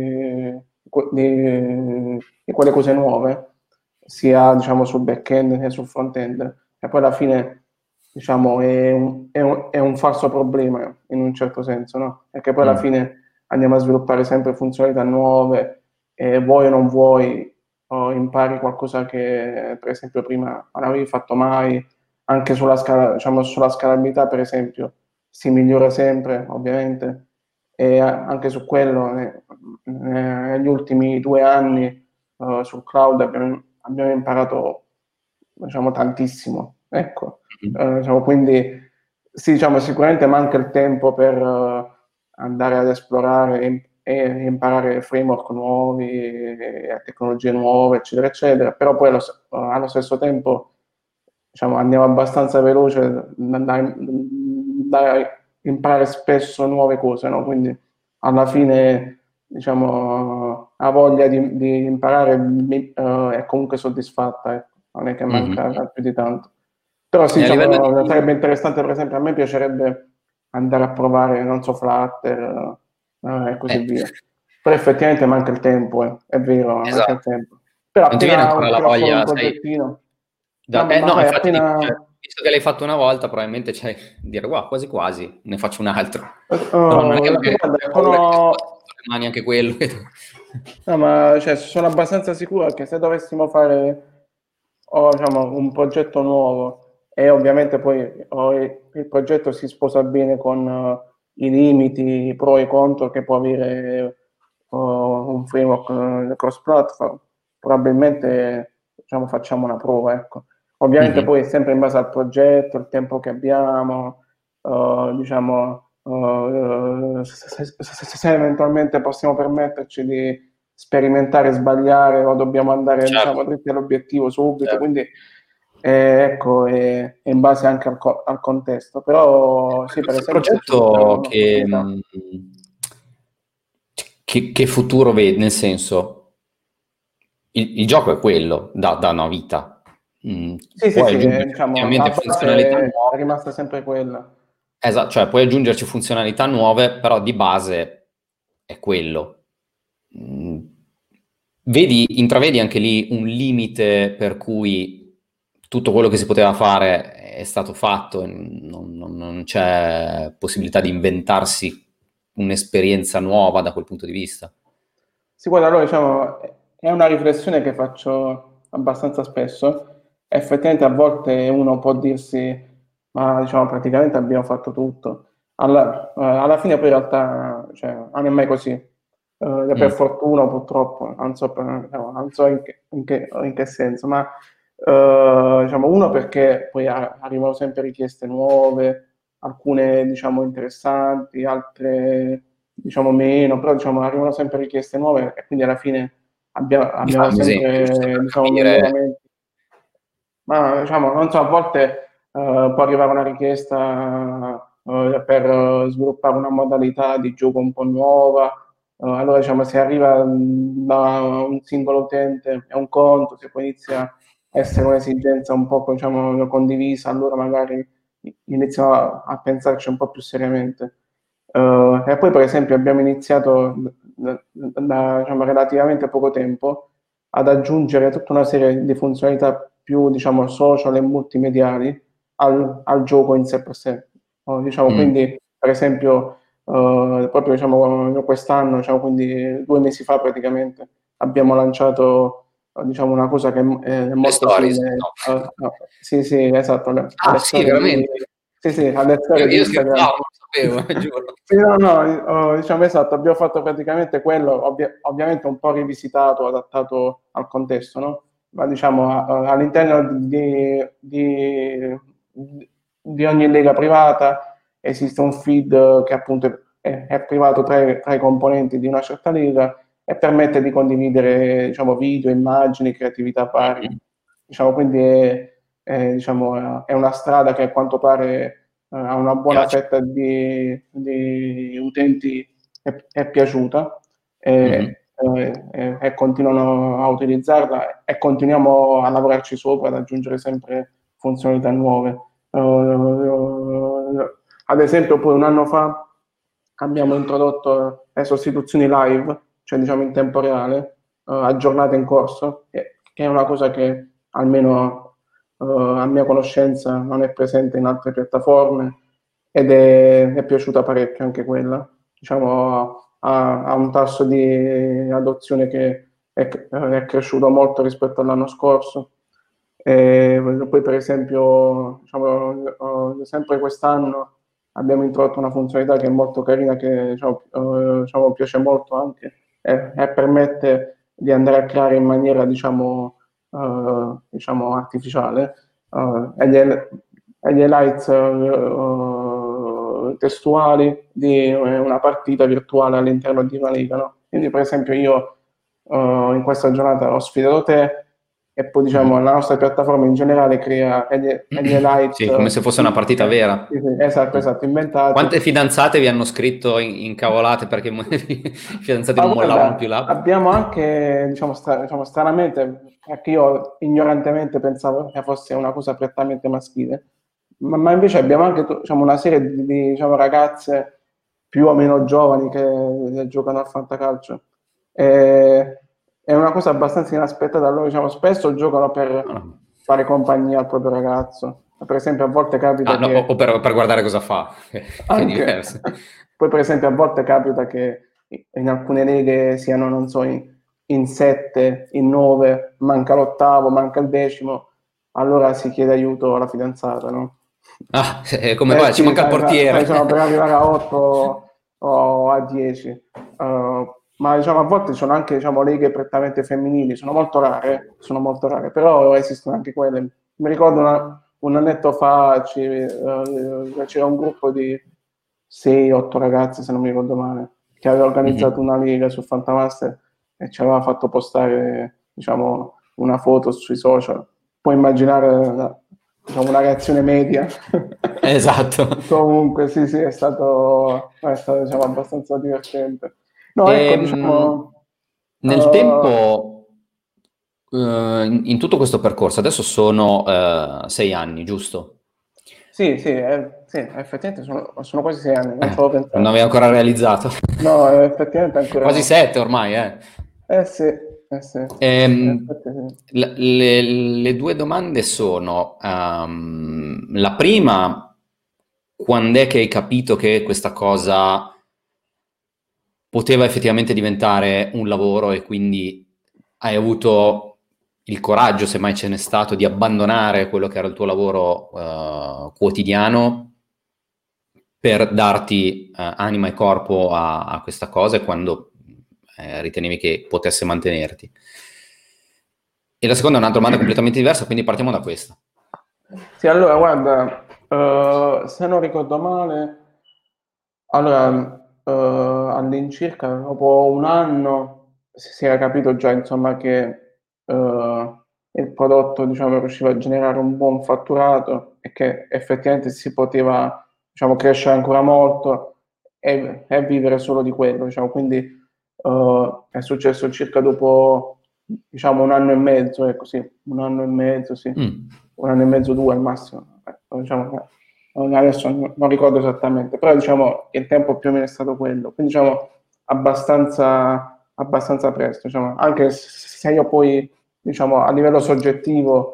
di quelle cose nuove, sia, diciamo, sul back-end che sul front-end, e poi alla fine, diciamo, è un falso problema in un certo senso, no? Perché poi alla Mm. fine andiamo a sviluppare sempre funzionalità nuove e vuoi o non vuoi, o impari qualcosa che per esempio prima non avevi fatto mai, anche sulla scala, diciamo, sulla scalabilità per esempio si migliora sempre ovviamente e anche su quello negli ultimi 2 anni sul cloud abbiamo imparato diciamo tantissimo, ecco. Mhm. Diciamo, quindi sì, diciamo, sicuramente manca il tempo per andare ad esplorare e imparare framework nuovi, tecnologie nuove, eccetera, eccetera, però poi allo stesso tempo diciamo, andiamo abbastanza veloce da imparare spesso nuove cose, no? Quindi alla fine diciamo, ha voglia di imparare è comunque soddisfatta, ecco. Non è che manca Mhm. più di tanto. Però sì, E a livello diciamo, di... sarebbe interessante, per esempio, a me piacerebbe andare a provare, non so, Flutter e così eh, via. Però effettivamente manca il tempo, è vero, manca il esatto. tempo. Però Non ti viene appena ancora la tiro fuori un voglia, sai, progettino, no, ma no, sai, infatti, dico, cioè, appena... visto che l'hai fatto una volta, probabilmente c'è dire, guarda, quasi quasi, ne faccio un altro. Però non è che sì, magari guarda, hai paura che ti sono... sposti sotto le mani anche quello. No, ma cioè, sono abbastanza sicuro che se dovessimo fare diciamo, un progetto nuovo e ovviamente poi il progetto si sposa bene con i limiti, i pro e i contro che può avere un framework cross-platform, probabilmente diciamo, facciamo una prova, ecco. Ovviamente Mhm. poi è sempre in base al progetto, il tempo che abbiamo, diciamo, se eventualmente possiamo permetterci di sperimentare e sbagliare o dobbiamo andare, Certo, diciamo, dritti all'obiettivo subito, certo. quindi ecco, è in base anche al contesto, però sì, per Questo esempio ci sarebbe progetto un'opportunità. che futuro vedi? Nel senso, il gioco è quello, da una vita. Mm, Sì, sì, puoi sì, aggiungere diciamo, la effettivamente funzionalità base è nuove. rimasta sempre quella. Esatto, cioè puoi aggiungerci funzionalità nuove, però di base è quello. Mm, intravedi anche lì un limite per cui tutto quello che si poteva fare è stato fatto, e non c'è possibilità di inventarsi un'esperienza nuova da quel punto di vista. Sì, guarda, allora diciamo, è una riflessione che faccio abbastanza spesso. Effettivamente a volte uno può dirsi, ma diciamo, praticamente abbiamo fatto tutto. alla fine poi in realtà cioè, non è mai così. Per fortuna o purtroppo, non so, non so in che senso, ma diciamo, uno perché poi arrivano sempre richieste nuove, alcune diciamo interessanti, altre diciamo meno, però diciamo, arrivano sempre richieste nuove e quindi alla fine Mi abbiamo fai un esempio, giusto sempre per diciamo, capire. miglioramenti. Ma diciamo, non so, a volte può arrivare una richiesta per sviluppare una modalità di gioco un po' nuova. Allora, diciamo, se arriva da un singolo utente è un conto, se poi inizia a essere un'esigenza un po' diciamo, condivisa, allora magari iniziamo a pensarci un po' più seriamente. E poi, per esempio, abbiamo iniziato da diciamo, relativamente poco tempo ad aggiungere tutta una serie di funzionalità più, diciamo, social e multimediali al gioco in sé per sé. Diciamo, Mm. quindi, per esempio, proprio diciamo, quest'anno, diciamo, quindi 2 mesi fa praticamente, abbiamo lanciato diciamo, una cosa che è Le molto stories, simile, no. no, sì, sì, esatto, Ah, alle sì, storie di, veramente. sì, sì, alle Io, storie di io Instagram. scherzavo, non lo sapevo, giuro. Sì, no, no, diciamo esatto, abbiamo fatto praticamente quello, ovviamente un po' rivisitato, adattato al contesto, no? Ma diciamo all'interno di ogni lega privata esiste un feed che appunto è privato tra i componenti di una certa lega e permette di condividere, diciamo, video, immagini, creatività varie. Mm. Diciamo, quindi diciamo, è una strada che a quanto pare a una buona Piace. fetta di utenti è piaciuta Mhm. e continuano a utilizzarla e continuiamo a lavorarci sopra, ad aggiungere sempre funzionalità nuove. Ad esempio, poi un anno fa abbiamo introdotto le sostituzioni live, cioè diciamo in tempo reale, aggiornate in corso, che è una cosa che almeno a mia conoscenza non è presente in altre piattaforme ed è piaciuta parecchio anche quella. Diciamo, ha un tasso di adozione che è cresciuto molto rispetto all'anno scorso. E poi, per esempio, diciamo, sempre quest'anno abbiamo introdotto una funzionalità che è molto carina, che diciamo, piace molto anche, e permette di andare a creare in maniera, diciamo, artificiale gli highlights testuali di una partita virtuale all'interno di una lega, no? Quindi, per esempio, io in questa giornata ho sfidato te e poi diciamo Mhm. la nostra piattaforma in generale crea gli highlights Sì, come se fosse una partita vera. sì, sì, esatto, Mm. esatto, inventati. Quante fidanzate vi hanno scritto incavolate perché i fidanzati Ma non mollavano guarda, più l'app? abbiamo anche, diciamo, stranamente, perché io ignorantemente pensavo che fosse una cosa prettamente maschile, ma invece abbiamo anche diciamo, una serie diciamo, ragazze più o meno giovani che giocano al fantacalcio. È una cosa abbastanza inaspettata. Loro, diciamo, spesso giocano per Ah, fare compagnia al proprio ragazzo. Per esempio, a volte ah, capita no, o che per guardare cosa fa, che è anche. diverso. Poi, per esempio, a volte capita che in alcune leghe siano, non so, in 7, in 9, manca l'8º, manca il 10º, allora si chiede aiuto alla fidanzata, no? Ah, come Eh va? Ci sì, manca il sai, portiere. sono per arrivare a 8 o a 10. Ma diciamo, a volte ci sono anche diciamo, leghe prettamente femminili, sono molto rare, però esistono anche quelle. Mi ricordo un annetto fa c'era un gruppo di 6-8 ragazzi, se non mi ricordo male, che aveva organizzato Mhm. una lega su Fantamaster e ci aveva fatto postare, diciamo, una foto sui social. Puoi immaginare diciamo, una reazione media. Esatto. Comunque, sì, sì, è stato diciamo, abbastanza divertente. No, ecco, Ehm, diciamo, nel tempo, in tutto questo percorso, adesso sono 6 anni, giusto? sì, sì, sì, effettivamente sono quasi 6 anni, non ci avevo Non pensato. avevo ancora realizzato. No, effettivamente ancora Quasi no. 7 ormai, eh. Sì, sì, Ehm, effetti sì. le due domande sono, la prima, quando è che hai capito che questa cosa poteva effettivamente diventare un lavoro e quindi hai avuto il coraggio, se mai ce n'è stato, di abbandonare quello che era il tuo lavoro quotidiano per darti anima e corpo a questa cosa e quando ritenevi che potesse mantenerti. E la seconda è una domanda completamente diversa, quindi partiamo da questa. Sì, allora guarda, se non ricordo male, allora all'incirca dopo un anno si era capito già insomma che il prodotto diciamo riusciva a generare un buon fatturato e che effettivamente si poteva diciamo crescere ancora molto e vivere solo di quello, diciamo. Quindi è successo circa dopo diciamo un anno e mezzo, ecco sì, un anno e mezzo, sì, un anno e mezzo, due al massimo, diciamo, adesso non ricordo esattamente, però diciamo il tempo più o meno è stato quello, quindi diciamo abbastanza presto, diciamo, anche se io poi diciamo a livello soggettivo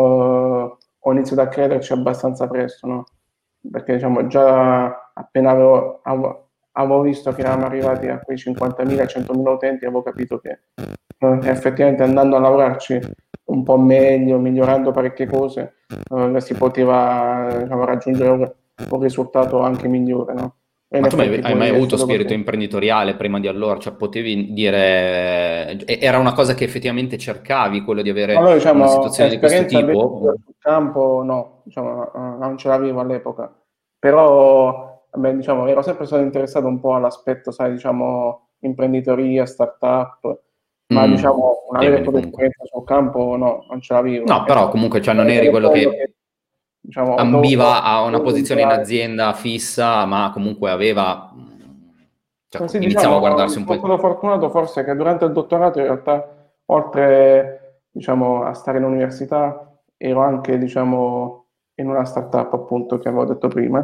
ho iniziato a crederci abbastanza presto, no? Perché diciamo già appena avevo visto che eravamo arrivati a quei 50.000, 100.000 utenti, avevo capito che effettivamente andando a lavorarci un po' meglio, migliorando parecchie cose, si poteva diciamo, raggiungere un risultato anche migliore, no? E in Ma tu effetti hai mai poi è avuto stato spirito così. imprenditoriale prima di allora? Cioè potevi dire... Era una cosa che effettivamente cercavi, quello di avere Allora, una diciamo, situazione di questo esperienza vera tipo? sul campo no, diciamo, non ce l'avevo all'epoca, però vabbè, diciamo, ero sempre stato interessato un po' all'aspetto, sai, diciamo, imprenditoria, startup, ma diciamo, una Sì, vera e quindi propria comunque... esperienza sul campo no, non ce l'avevo. No, però comunque cioè, non eri È quello quello che che, diciamo, ambiva a una dovuto posizione in imparare. azienda fissa, ma comunque aveva... Cioè, Sì, iniziava a diciamo, guardarsi un sono po'... stato fortunato forse che durante il dottorato in realtà, oltre, diciamo, a stare in università, ero anche, diciamo, in una startup, appunto, che avevo detto prima.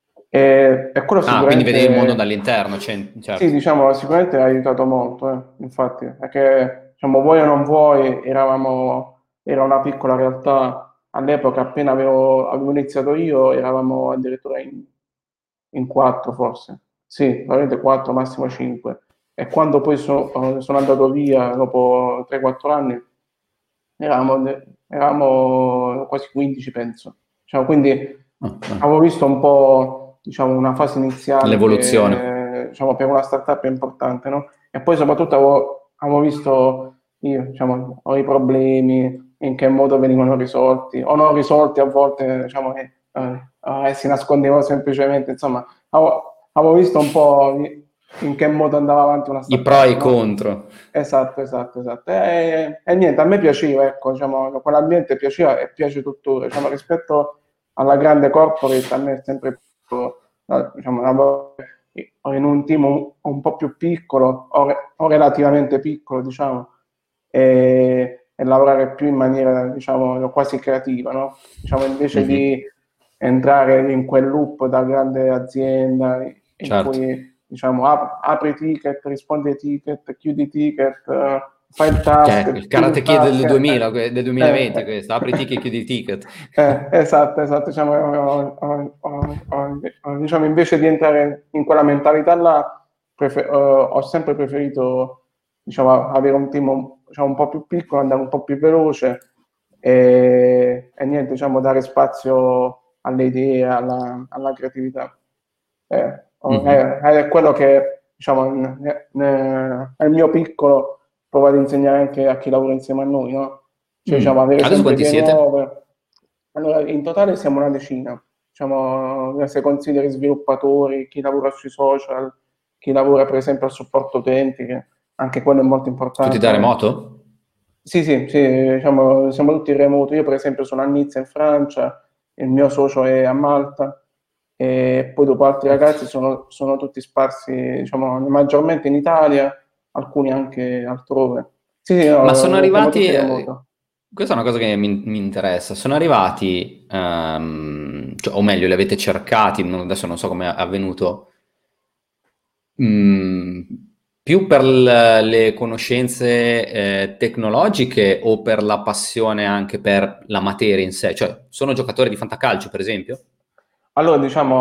E quello Ah, quindi vedevi il mondo sicuramente, dall'interno, sì, certo. diciamo, sicuramente ha aiutato molto, infatti, perché, diciamo, vuoi o non vuoi, era una piccola realtà. All'epoca, appena avevo iniziato io, eravamo addirittura in quattro forse, sì, veramente quattro, massimo cinque. E quando poi sono andato via dopo 3-4 anni, eravamo quasi 15, penso. Diciamo, quindi Ah, ah. avevo visto un po', diciamo, una fase iniziale L'evoluzione. che, diciamo, per una startup è importante, no? E poi soprattutto avevo visto io, diciamo, ho i problemi, in che modo venivano risolti, o non risolti a volte, diciamo, si nascondevano semplicemente, insomma, avevo visto un po' in che modo andava avanti una I pro e startup, i no? contro. Esatto, esatto, esatto. E niente, a me piaceva, ecco, diciamo, quell'ambiente piaceva e piace tuttora, diciamo, rispetto alla grande corporate, a me è sempre più, diciamo, o in un team un po' più piccolo o relativamente piccolo, diciamo, e lavorare più in maniera, diciamo, quasi creativa, no? Diciamo, invece Mhm. di entrare in quel loop da grande azienda in Certo. cui, diciamo, apri ticket, rispondi ai ticket, chiudi i ticket, fai il Cioè, task, il chiudi il Karate Kid task. del 2000, del 2020 Eh, questo, apri i ticket e chiudi i ticket. esatto, esatto, diciamo, diciamo, invece di entrare in quella mentalità là, ho sempre preferito diciamo, avere un team diciamo, un po' più piccolo, andare un po' più veloce e niente, diciamo, dare spazio alle idee, alla creatività. Mhm. È quello che diciamo, nel mio piccolo provo ad insegnare anche a chi lavora insieme a noi, no? Cioè, diciamo, avere Adesso sempre quanti idee siete? nuove. Allora, in totale siamo una decina, diciamo, se consideri sviluppatori, chi lavora sui social, chi lavora per esempio al supporto utenti, che anche quello è molto Tutti importante, da no? remoto? Sì, sì, sì, diciamo, siamo tutti in remoto. Io per esempio sono a Nizza in Francia, il mio socio è a Malta e poi dopo altri ragazzi sono tutti sparsi, diciamo, maggiormente in Italia, alcuni anche altrove. Sì, sì, Ma sono no, siamo arrivati, tutti remoto. questa è una cosa che mi interessa, sono arrivati, o meglio, li avete cercati, adesso non so come è avvenuto, mm, più per le conoscenze tecnologiche o per la passione anche per la materia in sé? Cioè, sono giocatori di fantacalcio, per esempio? Allora,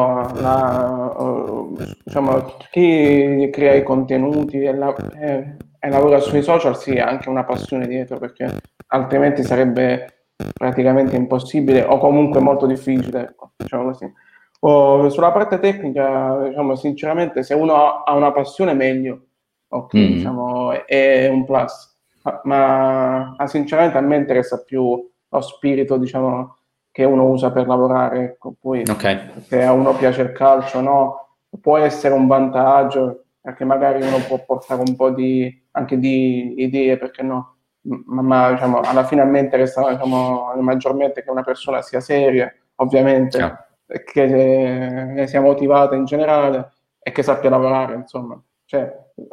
diciamo, chi crea i contenuti e lavora sui social, sì, ha anche una passione dietro, perché altrimenti sarebbe praticamente impossibile o comunque molto difficile, ecco, diciamo così. Sulla parte tecnica, diciamo, sinceramente, se uno ha una passione meglio, ok, diciamo, è un plus. Sinceramente a me interessa più lo spirito, diciamo, che uno usa per lavorare. Ecco. Poi, Ok. se a uno piace il calcio, no, può essere un vantaggio, perché magari uno può portare un po' anche di idee, perché no? Diciamo, alla fine a me interessa, diciamo, maggiormente che una persona sia seria, ovviamente, Chiaro. che sia motivata in generale e che sappia lavorare, insomma. Cioè,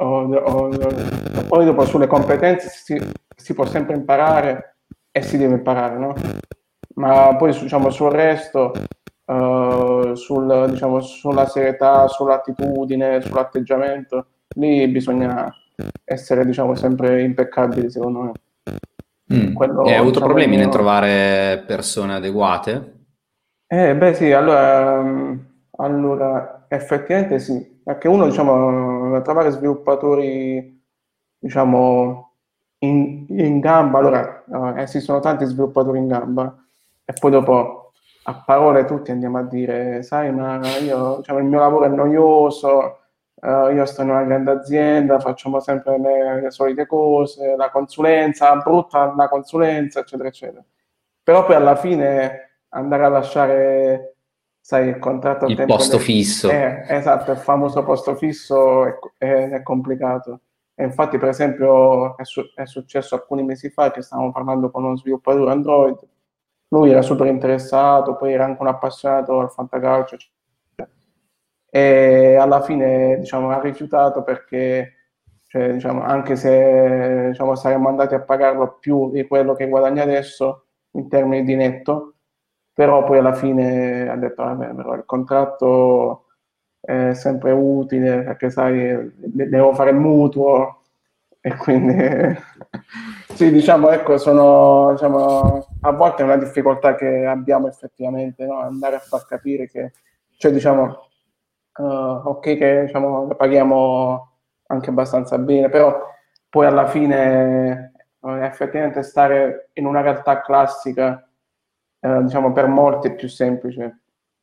poi dopo sulle competenze si può sempre imparare e si deve imparare, no? Ma poi diciamo, sul resto, diciamo, sulla serietà, sull'attitudine, sull'atteggiamento, lì bisogna essere, diciamo, sempre impeccabili, secondo me. E hai Quello, avuto diciamo, è il problemi nel mio... trovare persone adeguate? Beh sì, allora, effettivamente sì, perché uno, diciamo, trovare sviluppatori, diciamo, in gamba, allora, esistono tanti sviluppatori in gamba, e poi dopo, a parole tutti andiamo a dire, sai, ma io, diciamo, il mio lavoro è noioso, io sto in una grande azienda, facciamo sempre le solite cose, la consulenza, brutta la consulenza, eccetera, eccetera. Però poi alla fine andare a lasciare, sai, il contratto a Il tempo posto indeterminato. fisso. Esatto, il famoso posto fisso è complicato. E infatti, per esempio, è successo alcuni mesi fa che stavamo parlando con uno sviluppatore Android. Lui era super interessato, poi era anche un appassionato al fantacalcio, eccetera. E alla fine, diciamo, ha rifiutato perché, cioè, diciamo, anche se diciamo, saremmo andati a pagarlo più di quello che guadagna adesso in termini di netto, però poi alla fine ha detto, vabbè, però il contratto è sempre utile perché sai, devo fare il mutuo e quindi sì, diciamo, ecco, diciamo, a volte è una difficoltà che abbiamo effettivamente, no? Andare a far capire che, cioè, diciamo, ok che diciamo, lo paghiamo anche abbastanza bene, però poi alla fine effettivamente stare in una realtà classica, diciamo, per molti è più semplice.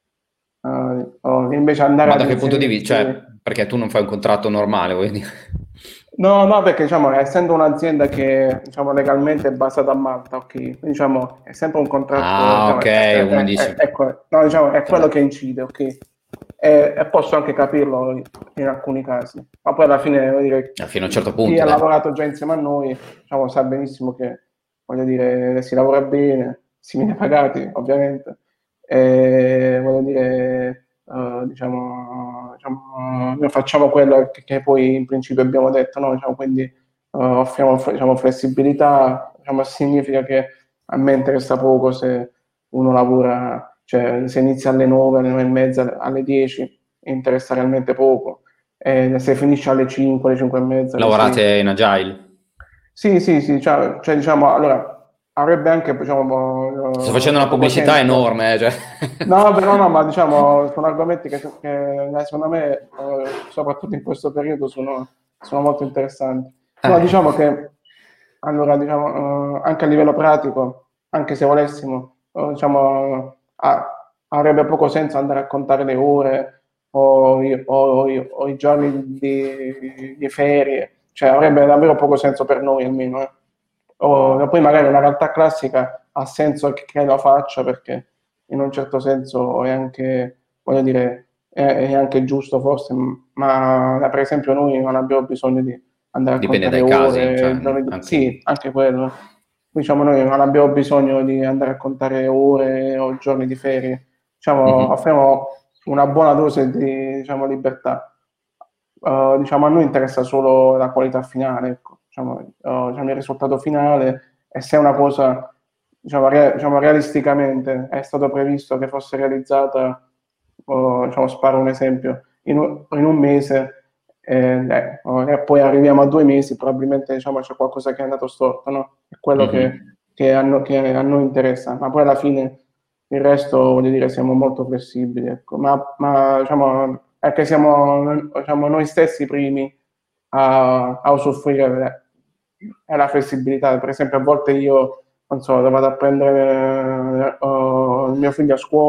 Invece andare Ma da ad che punto di vista? Cioè, inserirsi... perché tu non fai un contratto normale, vuoi dire? No, no, perché diciamo, essendo un'azienda che diciamo, legalmente è basata a Malta, ok, quindi, diciamo, è sempre un contratto, Ah, diciamo, ok, uno dice... no, diciamo, è quello Vabbè. che incide, ok? E posso anche capirlo in alcuni casi, ma poi alla fine, voglio dire, Fino a un certo chi punto, ha dai. lavorato già insieme a noi, diciamo, sa benissimo che, voglio dire, si lavora bene, si viene pagati, ovviamente, e, voglio dire, noi facciamo quello che poi in principio abbiamo detto, no? Diciamo, quindi offriamo diciamo, flessibilità, diciamo, significa che a me interessa poco se uno lavora, cioè se inizia alle 9, alle 9 e mezza, alle 10, interessa realmente poco, e se finisce alle 5, alle 5 e mezza, alle 6. Lavorate in agile? Sì, sì, sì, cioè, diciamo, allora, avrebbe anche, Sto facendo una poco pubblicità senso. enorme, cioè. No, però no, ma diciamo, sono argomenti che secondo me, soprattutto in questo periodo, sono molto interessanti. No, Eh, diciamo che, allora, diciamo, anche a livello pratico, anche se volessimo, diciamo, avrebbe poco senso andare a contare le ore o i giorni di ferie, cioè avrebbe davvero poco senso per noi almeno. Poi magari una realtà classica ha senso che lo faccia perché in un certo senso è anche, voglio dire, è anche giusto forse, ma per esempio noi non abbiamo bisogno di andare a dipende contare dai casi, cioè, ore, anche... sì, anche quello. Diciamo noi non abbiamo bisogno di andare a contare ore o giorni di ferie, diciamo, Mhm. offriamo una buona dose di, diciamo, libertà. Diciamo, a noi interessa solo la qualità finale, ecco. Diciamo, il risultato finale e se una cosa diciamo, diciamo, realisticamente è stato previsto che fosse realizzata, diciamo, sparo un esempio, in un mese e poi arriviamo a 2 mesi, probabilmente diciamo, c'è qualcosa che è andato storto, no? È quello Mhm. che a noi interessa, ma poi alla fine il resto, voglio dire, siamo molto flessibili, ecco. Diciamo, è che siamo diciamo, noi stessi i primi a usufruire della flessibilità. Per esempio, a volte io, non so, vado a prendere il mio figlio a scuola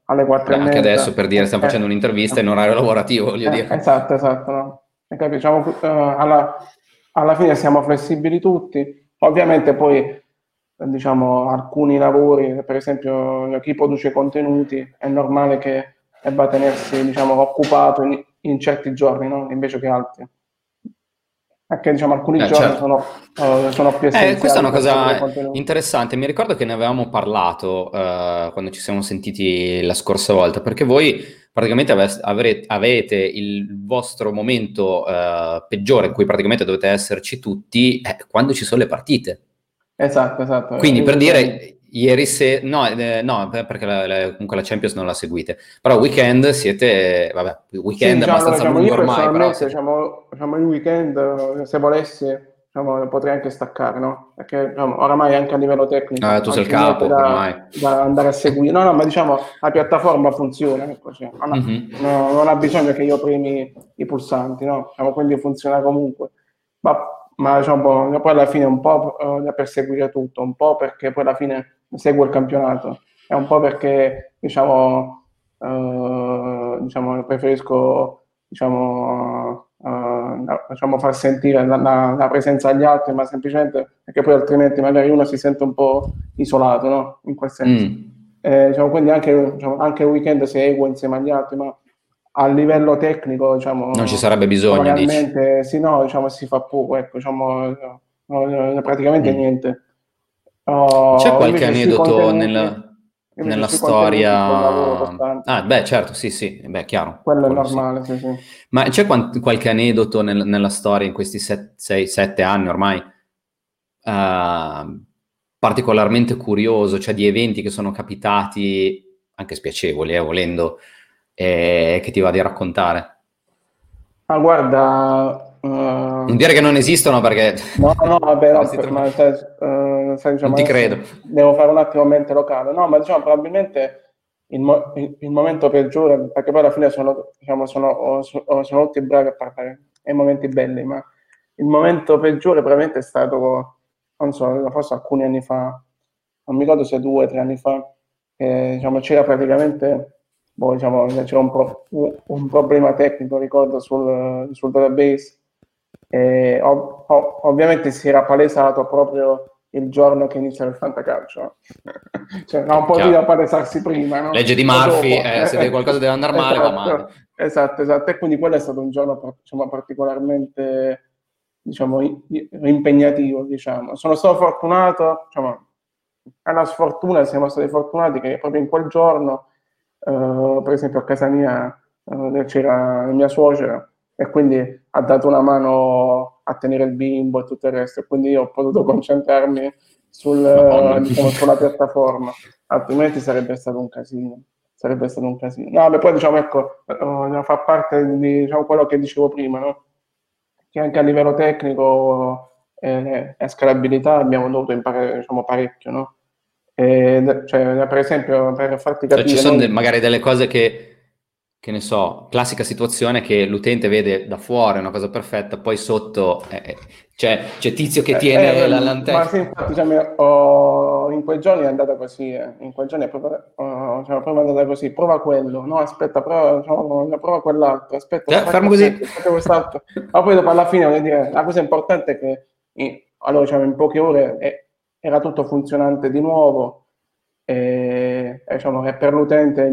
alle 4 e Anche mezza. adesso, per dire, stiamo facendo un'intervista in orario lavorativo, voglio dire. Esatto, no? Hai capito? Diciamo, alla fine siamo flessibili tutti. Ovviamente poi, diciamo, alcuni lavori, per esempio chi produce contenuti, è normale che debba tenersi, diciamo, occupato in certi giorni, no? Invece che altri. Perché, diciamo, alcuni giorni Certo. sono più Questa è essenziali una per produrre cosa contenuti. interessante. Mi ricordo che ne avevamo parlato quando ci siamo sentiti la scorsa volta, perché voi praticamente avete il vostro momento peggiore in cui praticamente dovete esserci tutti quando ci sono le partite. Esatto, Quindi il per weekend. dire, ieri sera, no, perché comunque la Champions non la seguite, però weekend siete, vabbè, Sì, weekend diciamo, allora, abbastanza diciamo, io lungo ormai, però personalmente, siete... diciamo, il weekend, se volessi, diciamo, potrei anche staccare, no? Perché, diciamo, oramai anche a livello tecnico Tu non sei il c'è niente capo ormai. da andare a seguire. No, ma diciamo, la piattaforma funziona, ecco, cioè, Mhm. non ha bisogno che io premi i pulsanti, no? Diciamo, quindi funziona comunque. Ma, ma, diciamo, poi alla fine un po' da perseguire tutto, un po' perché poi alla fine seguo il campionato, e un po' perché, diciamo, preferisco diciamo, far sentire la presenza agli altri, ma semplicemente perché poi altrimenti magari uno si sente un po' isolato, no? In quel senso. Mm. Diciamo, quindi anche il weekend seguo insieme agli altri, ma a livello tecnico, Non ci diciamo, sarebbe bisogno, dici. realmente sì, no, diciamo, si fa poco, ecco, diciamo, praticamente Mm. niente. C'è qualche Invece sui aneddoto contenuti, nella c'è un lavoro storia? costante. Beh, certo, sì, sì, beh, chiaro, Quello è quello sì. normale, sì, sì. Ma c'è qualche aneddoto nella storia in questi 6-7 anni ormai particolarmente curioso, cioè di eventi che sono capitati, anche spiacevoli, volendo, che ti va di raccontare? Ah, guarda, Non dire che non esistono perché no, vabbè, no, saresti troppo... ma Non diciamo, ti credo. adesso devo fare un attimo mente locale. No, ma diciamo, probabilmente il momento peggiore, perché poi alla fine diciamo, sono tutti bravi a parlare, e i momenti belli, ma il momento peggiore probabilmente è stato, non so, forse alcuni anni fa, non mi ricordo se 2 o 3 anni fa, che diciamo, c'era praticamente, boh, diciamo, c'era un problema tecnico, ricordo, sul database. E ovviamente si era palesato proprio il giorno che iniziava il fantacalcio. No? Cioè, non poteva Chiaro. palesarsi prima, no? Legge di O Murphy, dopo. se qualcosa deve andare male, va male. Esatto. E quindi quello è stato un giorno, diciamo, particolarmente, diciamo, impegnativo, diciamo. Sono stato fortunato, diciamo, è una sfortuna, siamo stati fortunati che proprio in quel giorno, per esempio a casa mia, c'era mia suocera, e quindi ha dato una mano a tenere il bimbo e tutto il resto, e quindi io ho potuto concentrarmi Madonna. diciamo, sulla piattaforma, altrimenti sarebbe stato un casino. Sarebbe stato un casino. No, beh, poi diciamo, ecco, fa parte di diciamo, quello che dicevo prima, no? Che anche a livello tecnico e scalabilità abbiamo dovuto imparare, diciamo, parecchio, no? Cioè, per esempio, per farti Cioè, ci capire, sono noi magari delle cose che ne so, classica situazione che l'utente vede da fuori, una cosa perfetta, poi sotto c'è Tizio che tiene la Ma sì, lantern. infatti, diciamo, in quei giorni è andata così, in quei giorni è diciamo, proprio andata così, prova quello, no, aspetta, prova quell'altro, Fermo così. aspetta quest'altro. Ma poi dopo alla fine, voglio dire, la cosa importante è che allora, diciamo, in poche ore era tutto funzionante di nuovo, diciamo, e per l'utente,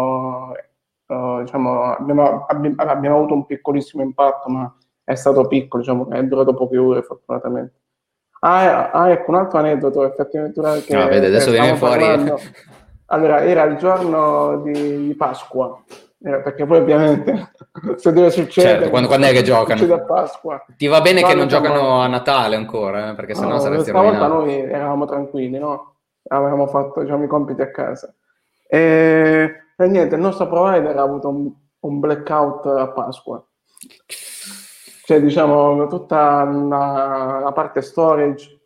diciamo, abbiamo avuto un piccolissimo impatto, ma è stato piccolo, diciamo, è durato poche ore fortunatamente. Ecco, un altro aneddoto effettivamente ora Vedi, che adesso viene stiamo fuori. parlando. Allora, era il giorno di Pasqua, perché poi ovviamente se deve Certo, succedere, quando è che succede a giocano? Pasqua. Ti va bene No, che non diciamo, giocano a Natale ancora, perché sennò no, saresti stavolta rovinato. noi eravamo tranquilli, no? Avevamo fatto, diciamo, i compiti a casa. E niente, il nostro provider ha avuto un blackout a Pasqua. Cioè, diciamo, tutta la parte storage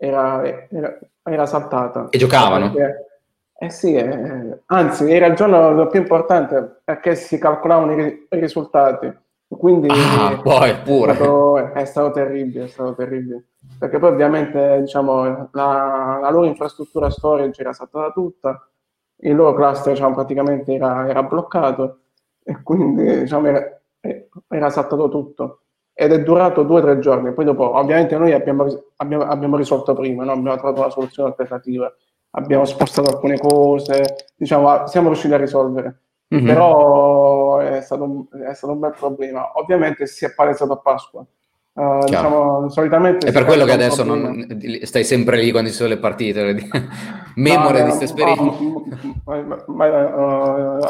era saltata, E giocavano? perché, sì, anzi, era il giorno più importante perché si calcolavano i risultati, quindi Poi pure. è stato terribile, è stato terribile, perché poi ovviamente, diciamo, la loro infrastruttura storage era saltata tutta, il loro cluster diciamo, praticamente era bloccato e quindi diciamo, era saltato tutto. Ed è durato 2 o 3 giorni. Poi dopo, ovviamente, noi abbiamo risolto prima, no? Abbiamo trovato una soluzione alternativa, abbiamo spostato alcune cose, diciamo, siamo riusciti a risolvere. Mhm. Però è stato un bel problema. Ovviamente si è palesato a Pasqua. Chiaro. Diciamo, solitamente È si per quello che capita un adesso problema. stai sempre lì quando ci sono le partite, No, memore di questa esperienza. allora,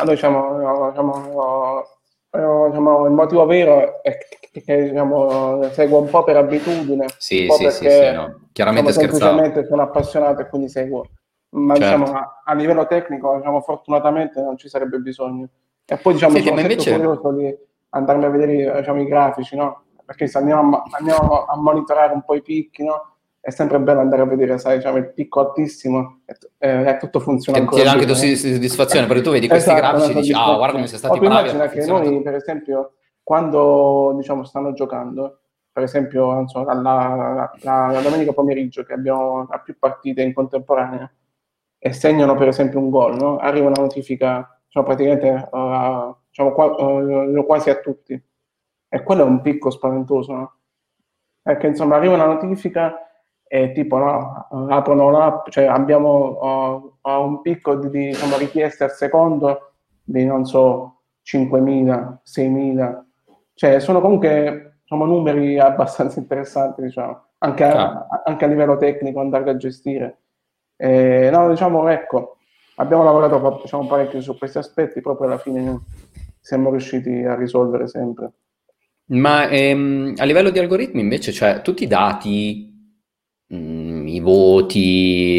diciamo, il motivo vero è che diciamo, seguo un po' per abitudine, un Sì, po' sì, sì, sì, perché no. diciamo, Chiaramente scherzavo. semplicemente sono appassionato e quindi seguo, ma diciamo, Certo. a livello tecnico, diciamo, fortunatamente non ci sarebbe bisogno. E poi diciamo, Senti, sono ma sempre invece... curioso di andarmi a vedere diciamo, i grafici, no? Perché se andiamo a monitorare un po' i picchi, no? È sempre bello andare a vedere, sai, diciamo, il picco altissimo e tutto funziona Che ti ancora dà anche bene, no? soddisfazione, perché tu vedi questi Esatto, una grafici e dici, ah, guarda come soddisfazione. siamo O stati tu bravi, immagina che funziona noi, tutto. per esempio, quando diciamo, stanno giocando, per esempio, non so, la domenica pomeriggio che abbiamo a più partite in contemporanea e segnano per esempio un gol, no? Arriva una notifica, diciamo, praticamente diciamo, quasi a tutti. E quello è un picco spaventoso, no? Perché insomma arriva una notifica e tipo no, aprono l'app, cioè abbiamo un picco di, diciamo, richieste al secondo di non so 5.000, 6.000, cioè sono comunque diciamo, numeri abbastanza interessanti, diciamo, Chiaro. anche a livello tecnico andare a gestire. No, diciamo, ecco, abbiamo lavorato diciamo, parecchio su questi aspetti, proprio alla fine siamo riusciti a risolvere sempre. Ma a livello di algoritmi invece, cioè tutti i dati, i voti,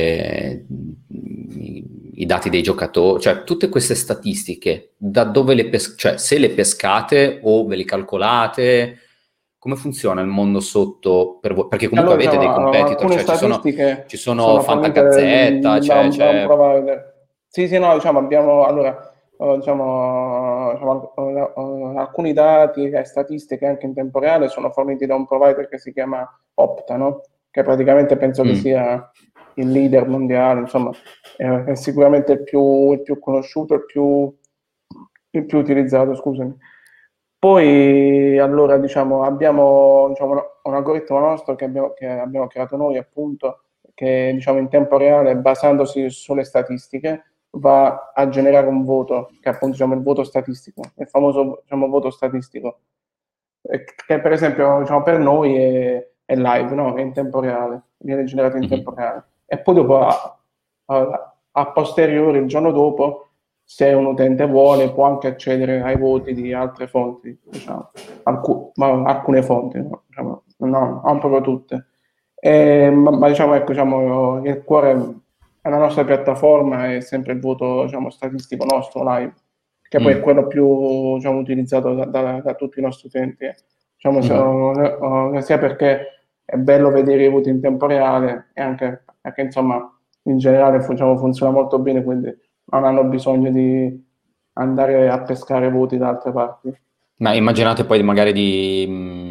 i dati dei giocatori, cioè tutte queste statistiche, da dove cioè se le pescate o ve le calcolate, come funziona il mondo sotto per voi? Perché comunque Allora, avete dei diciamo, competitor, alcune cioè ci statistiche sono sono fornite Fantagazzetta, da un c'è... provider. Sì, sì, no, diciamo, abbiamo allora, alcuni dati e statistiche anche in tempo reale sono forniti da un provider che si chiama Opta, no? Che praticamente penso che Mm, sia il leader mondiale, insomma, è sicuramente il più conosciuto, il più utilizzato, scusami. Poi, allora, diciamo, abbiamo diciamo, un algoritmo nostro che abbiamo creato noi, appunto, che diciamo, in tempo reale, basandosi sulle statistiche, va a generare un voto, che è appunto diciamo, il voto statistico, il famoso diciamo, voto statistico, che per esempio diciamo, per noi è live, no? È in tempo reale, viene generato in tempo mhm. reale. E poi dopo, a posteriori, il giorno dopo, se un utente vuole, può anche accedere ai voti di altre fonti, diciamo, ma alcune fonti, no? Diciamo, non proprio tutte. Ma diciamo, ecco, diciamo, il cuore è la nostra piattaforma, è sempre il voto diciamo, statistico nostro live, che poi è Mm, quello più diciamo, utilizzato da tutti i nostri utenti. Diciamo, mhm. sia perché è bello vedere i voti in tempo reale e anche perché insomma in generale diciamo, funziona molto bene, quindi non hanno bisogno di andare a pescare voti da altre parti. Ma immaginate poi magari di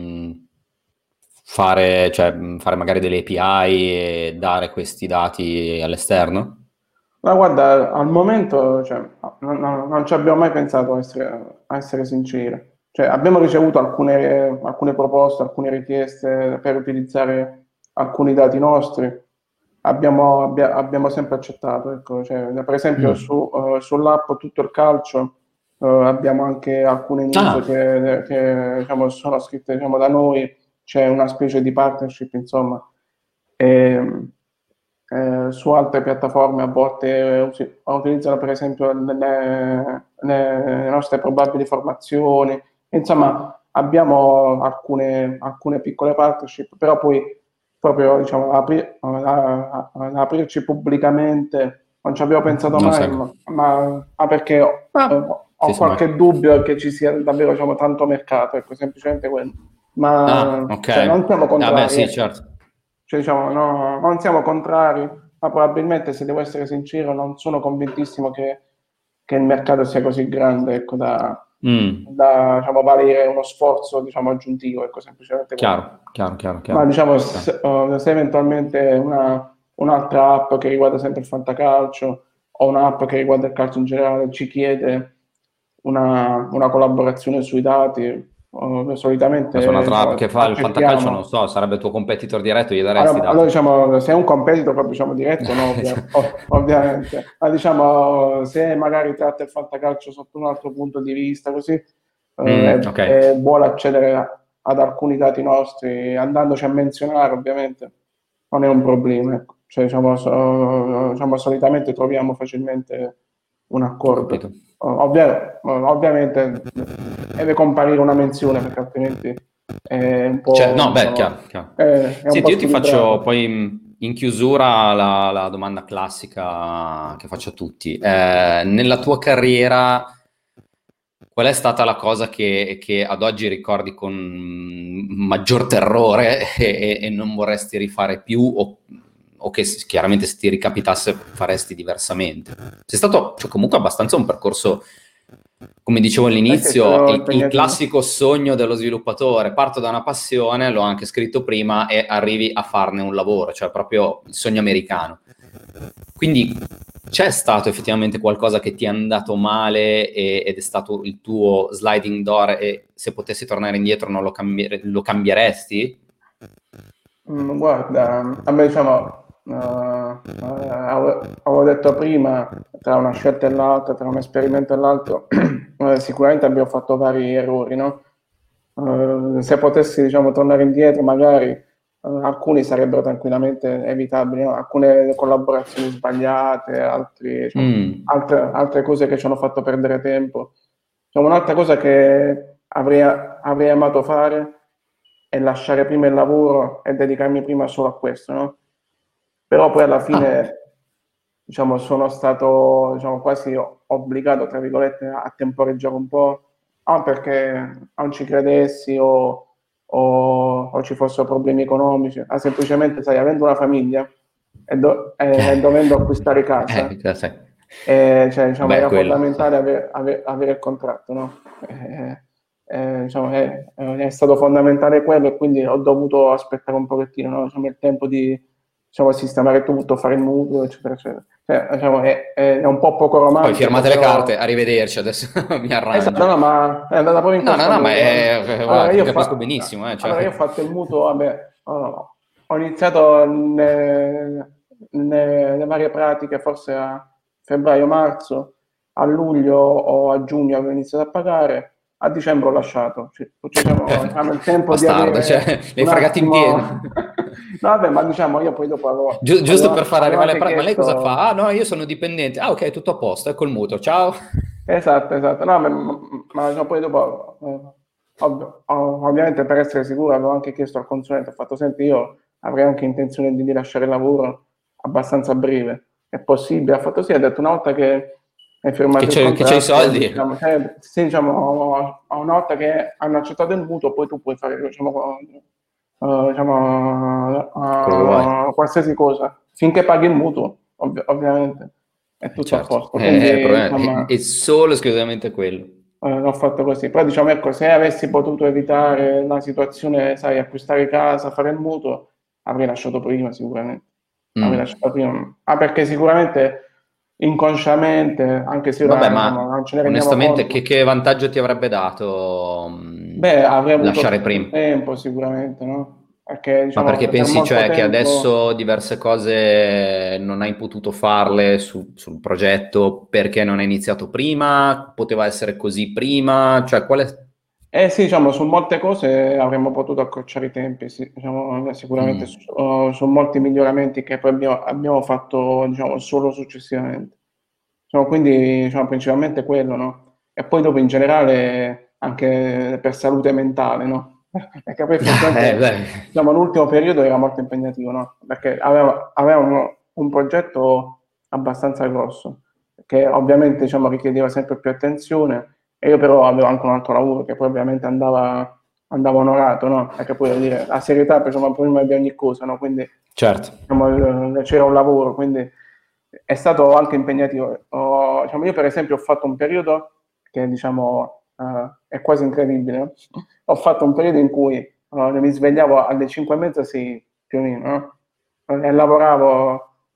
fare, cioè, fare magari delle API e dare questi dati all'esterno? Ma guarda, al momento cioè, non ci abbiamo mai pensato a essere sinceri. Cioè, abbiamo ricevuto alcune proposte, alcune richieste per utilizzare alcuni dati nostri. Abbiamo sempre accettato. Ecco. Cioè, per esempio, Mm. sull'app Tutto il Calcio abbiamo anche alcune news Ah, che, diciamo, sono scritte diciamo, da noi, c'è una specie di partnership, insomma. E, su altre piattaforme a volte utilizzano per esempio le nostre probabili formazioni. Insomma, abbiamo alcune piccole partnership, però poi proprio diciamo, aprirci pubblicamente non ci abbiamo pensato non mai, sai. ma perché Ah, sì, ho sì, vai. qualche dubbio che ci sia davvero diciamo, tanto mercato, ecco, semplicemente quello. Ah, Ma ok. cioè, non siamo Ah, beh, contrari, sì, ecco. certo. Cioè, diciamo, non siamo contrari, ma probabilmente, se devo essere sincero, non sono convintissimo che il mercato sia così grande, ecco, Mm, diciamo, valere uno sforzo, diciamo, aggiuntivo, ecco, semplicemente quello. chiaro, chiaro, chiaro, Ma, chiaro. diciamo, Chiaro. se eventualmente un'altra app che riguarda sempre il fantacalcio, o un'app che riguarda il calcio in generale ci chiede una collaborazione sui dati, Ma su solitamente un'altra app che diciamo, fa il fantacalcio, non accettiamo. so, sarebbe il tuo competitor diretto, gli daresti i Allora, dati. diciamo, se è un competitor proprio diciamo, diretto, no, ovviamente, ma diciamo, se magari tratta il fantacalcio sotto un altro punto di vista, così, Ok. vuole accedere ad alcuni dati nostri, andandoci a menzionare, ovviamente, non è un problema. Ecco. Cioè, diciamo, diciamo, solitamente troviamo facilmente un Ho accordo. capito. Ovviamente deve comparire una menzione, perché altrimenti è un Cioè, po', no, beh, diciamo, chiaro, chiaro. è un po' Senti, io ti faccio squilibrato. poi in chiusura la domanda classica che faccio a tutti. Nella tua carriera, qual è stata la cosa che ad oggi ricordi con maggior terrore e non vorresti rifare più o che chiaramente se ti ricapitasse faresti diversamente? Sei stato, cioè, comunque abbastanza un percorso, come dicevo Eh sì, è all'inizio, stato il impegnativo. classico sogno dello sviluppatore. Parto da una passione, l'ho anche scritto prima, e arrivi a farne un lavoro, cioè proprio il sogno americano. Quindi c'è stato effettivamente qualcosa che ti è andato male ed è stato il tuo sliding door e se potessi tornare indietro non lo cambieresti? Guarda, a me diciamo, avevo detto prima, tra una scelta e l'altra, tra un esperimento e l'altro, sicuramente abbiamo fatto vari errori, no? Se potessi, diciamo, tornare indietro, magari alcuni sarebbero tranquillamente evitabili, no? Alcune collaborazioni sbagliate, diciamo, altre cose che ci hanno fatto perdere tempo. Diciamo, un'altra cosa che avrei amato fare e lasciare prima il lavoro e dedicarmi prima solo a questo, no? Però poi alla Ah, fine, diciamo, sono stato, diciamo, quasi obbligato, tra virgolette, a temporeggiare un po', perché non ci credessi o ci fossero problemi economici, ma semplicemente, sai, avendo una famiglia e dovendo acquistare casa, sai. cioè, diciamo, Vabbè, era quello, sì. fondamentale avere il contratto, no? Diciamo, è stato fondamentale quello e quindi ho dovuto aspettare un pochettino, no? Diciamo, il tempo di diciamo, sistemare tutto, fare il mutuo, eccetera, eccetera. Cioè, diciamo, è un po' poco Poi romantico, firmate le carte, però... arrivederci, adesso mi Esatto, arrangio. no, ma è andata proprio in No, no, questo no, ma modo. Guarda. guarda, Allora, ti capisco benissimo, allora, io cioè. ho fatto il mutuo, vabbè, ho iniziato le varie pratiche forse a febbraio-marzo, a luglio o a giugno avevo iniziato a pagare, a dicembre ho lasciato. Cioè, diciamo, il tempo di Bastardo, cioè, avere li hai un fregati in pieno. attimo... No, vabbè, ma diciamo, io poi dopo Giusto per far avevo arrivare anche ma lei cosa fa? chiesto... Ah, no, io sono dipendente. Ah, ok, tutto a posto, ecco il mutuo, ciao. Esatto, esatto. No, ma no, poi dopo, ovviamente per essere sicuro, avevo anche chiesto al consulente, ho fatto, senti, io avrei anche intenzione di lasciare il lavoro abbastanza breve. È possibile? Ha fatto sì, ha detto una volta che hai firmato il Che c'hai i contratto, soldi. diciamo, sì, diciamo, una volta che hanno accettato il mutuo, poi tu puoi fare, Quello che vuoi. qualsiasi cosa, finché paghi il mutuo, ovviamente, è tutto a Certo, posto. Quindi, è insomma, solo esclusivamente quello. l'ho fatto così. Però diciamo, ecco, se avessi potuto evitare la situazione, sai, acquistare casa, fare il mutuo, avrei lasciato prima sicuramente. Avrei Mm. lasciato prima. Ah, perché sicuramente inconsciamente, anche se Vabbè, ora insomma, ma non ce ne rendiamo onestamente conto, che vantaggio ti avrebbe dato beh, avrei avuto lasciare più prima? tempo sicuramente, no? Perché Ma perché diciamo, per pensi, molto cioè, che tempo. adesso diverse cose non hai potuto farle sul progetto perché non hai iniziato prima? Poteva essere così prima? Cioè, qual è... Eh sì, diciamo, su molte cose avremmo potuto accorciare i tempi, sì, diciamo, sicuramente Mm. su molti miglioramenti che poi abbiamo fatto, diciamo, solo successivamente. Quindi, diciamo, principalmente quello, no? E poi dopo in generale anche per salute mentale, no? Perché poi effettivamente, Beh. diciamo, l'ultimo periodo era molto impegnativo, no? Perché avevamo un progetto abbastanza grosso, che ovviamente, diciamo, richiedeva sempre più attenzione e io però avevo anche un altro lavoro che poi ovviamente andava onorato, no? Perché poi, voglio dire, la serietà, insomma, prima di ogni cosa, no? Quindi, Certo. diciamo, c'era un lavoro, quindi è stato anche impegnativo. Diciamo, io per esempio ho fatto un periodo che diciamo è quasi incredibile. No? Ho fatto un periodo in cui mi svegliavo alle 5 e mezza, sì, più o meno, no? E lavoravo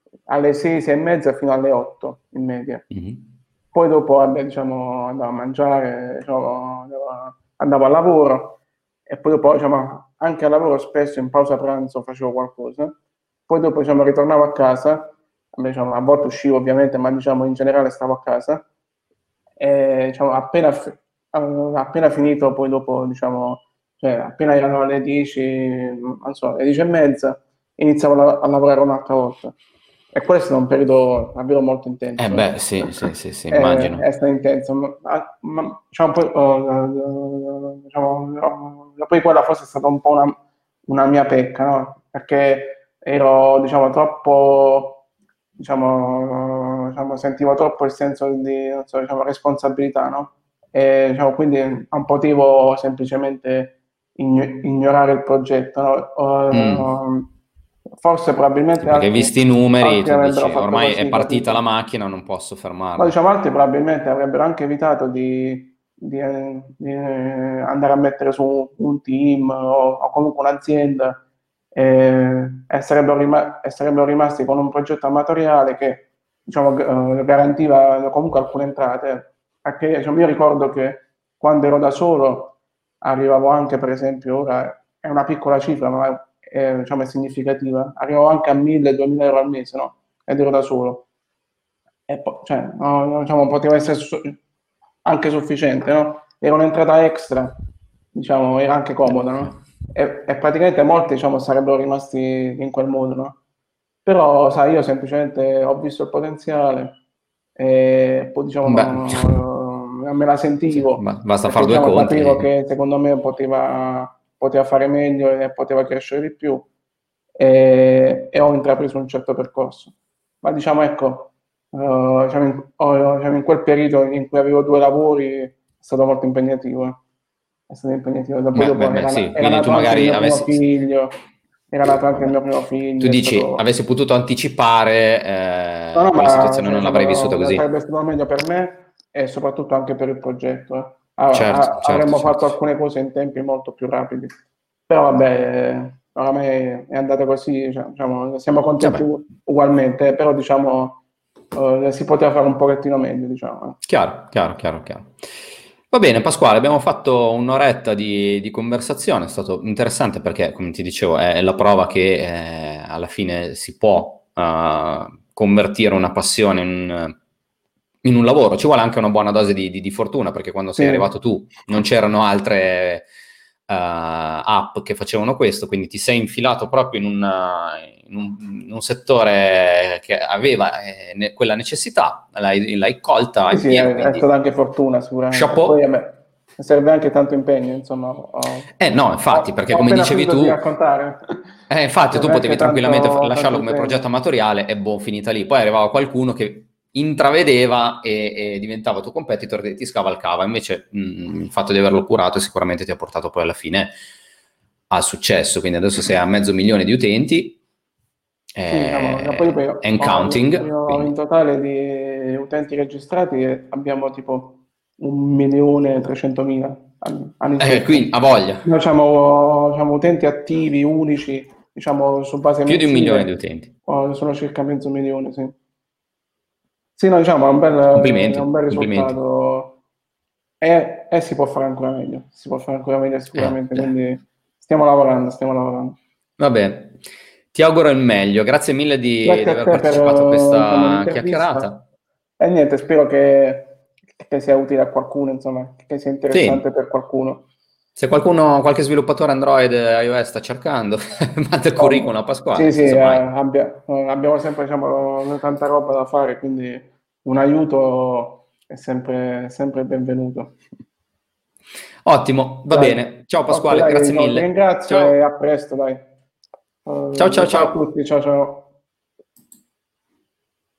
alle 6, 6 e mezza fino alle 8 in media. Mhm. Poi dopo, vabbè, diciamo, andavo a mangiare, diciamo, andavo al lavoro e poi dopo, diciamo, anche al lavoro spesso in pausa pranzo facevo qualcosa. Poi dopo, diciamo, ritornavo a casa, diciamo, a volte uscivo ovviamente, ma diciamo, in generale stavo a casa. E, diciamo, appena finito, poi dopo, diciamo, cioè, appena erano le 10, non so, le 10 e mezza, iniziavo a lavorare un'altra volta. E questo è un periodo davvero molto Eh intenso. beh, sì, sì, sì, sì, È immagino. stato intenso. Diciamo, poi, poi quella forse è stata un po' una mia pecca, no? Perché ero, diciamo, troppo, sentivo troppo il senso di, non so, diciamo, responsabilità, no? E, diciamo, quindi non potevo semplicemente ignorare il progetto, no? Mm. Forse Sì, probabilmente perché visti i numeri, altri tu avrebbero dici, fatto ormai è così, partita la capito? macchina, non posso Ma fermarla. diciamo altri probabilmente avrebbero anche evitato di andare a mettere su un team o comunque un'azienda e sarebbero rimasti con un progetto amatoriale che diciamo, garantiva comunque alcune entrate. Perché diciamo, io ricordo che quando ero da solo arrivavo anche, per esempio, ora è una piccola cifra, ma diciamo, è significativa, arrivavo anche a 1000-2000 euro al mese, no? Ed ero da solo. E cioè, no, diciamo, poteva essere anche sufficiente, no? Era un'entrata extra, diciamo, era anche comoda, Sì. no? E praticamente molti, diciamo, sarebbero rimasti in quel modo, no? Però, sai, io semplicemente ho visto il potenziale e poi, diciamo, Beh, non me la sì, sentivo, basta perché, fare due diciamo, conti. capivo che secondo me poteva fare meglio e poteva crescere di più e ho intrapreso un certo percorso. Ma diciamo, ecco, diciamo, in quel periodo in cui avevo due lavori è stato molto impegnativo. È stato impegnativo. Poi Beh, dopo beh, beh, sì, era quindi tu nato anche il magari mio primo avessi... figlio, era nato anche il Vabbè. mio primo Tu figlio, è dici, stato... avessi potuto anticipare, No, no, quella ma situazione cioè, non l'avrei vissuta diciamo, così. sarebbe stato meglio per me e soprattutto anche per il progetto. Certo, certo, Avremmo certo. fatto alcune cose in tempi molto più rapidi. Però vabbè, oramai è andata così, cioè, diciamo, siamo contenti Vabbè, ugualmente, però diciamo, si poteva fare un pochettino meglio, diciamo. chiaro, chiaro, chiaro, chiaro. Va bene, Pasquale, abbiamo fatto un'oretta di conversazione, è stato interessante perché, come ti dicevo, è la prova che alla fine si può convertire una passione in un lavoro. Ci vuole anche una buona dose di fortuna perché quando Sì, sei arrivato tu non c'erano altre app che facevano questo, quindi ti sei infilato proprio in un settore che aveva quella necessità, l'hai colta sì, in sì, pieno, è quindi stata anche fortuna sicuramente. Poi a chapeau. me serve anche tanto impegno, insomma, No, infatti, perché ho come appena dicevi finito di tu, raccontare. infatti tu Serve anche potevi tranquillamente tanto lasciarlo come progetto impegno. amatoriale e boh, finita lì. Poi arrivava qualcuno che intravedeva e diventava tuo competitor e ti scavalcava. Invece il fatto di averlo curato sicuramente ti ha portato poi alla fine al successo. Quindi adesso sei a 500.000 di utenti Sì, diciamo, poi and counting. io in Quindi. totale di utenti registrati abbiamo tipo 1.300.000 all'incirca. Quindi, a voglia, Noi diciamo, utenti attivi, unici, diciamo, su base più di 1 milione di mensile, utenti. sono circa mezzo milione, sì. Sì, no, diciamo, è un Complimenti, bel complimenti. risultato e si può fare ancora meglio sicuramente, Eh. quindi stiamo lavorando, stiamo lavorando. Va bene, ti auguro il meglio. Grazie mille di Grazie a aver te per, partecipato a diciamo, questa l'intervista chiacchierata. e niente, spero che sia utile a qualcuno, insomma, che sia interessante Sì, per qualcuno. se qualcuno, qualche sviluppatore Android iOS sta cercando, manda il curriculum a Pasquale, Sì, sì, senza mai. abbiamo sempre, diciamo, tanta roba da fare, quindi un aiuto è sempre benvenuto. Ottimo, va Dai, bene. Ciao ok, Pasquale, dai, grazie no, ti mille. ringrazio e Ciao. a presto, dai. Ciao ciao Ciao a ciao. tutti, ciao ciao.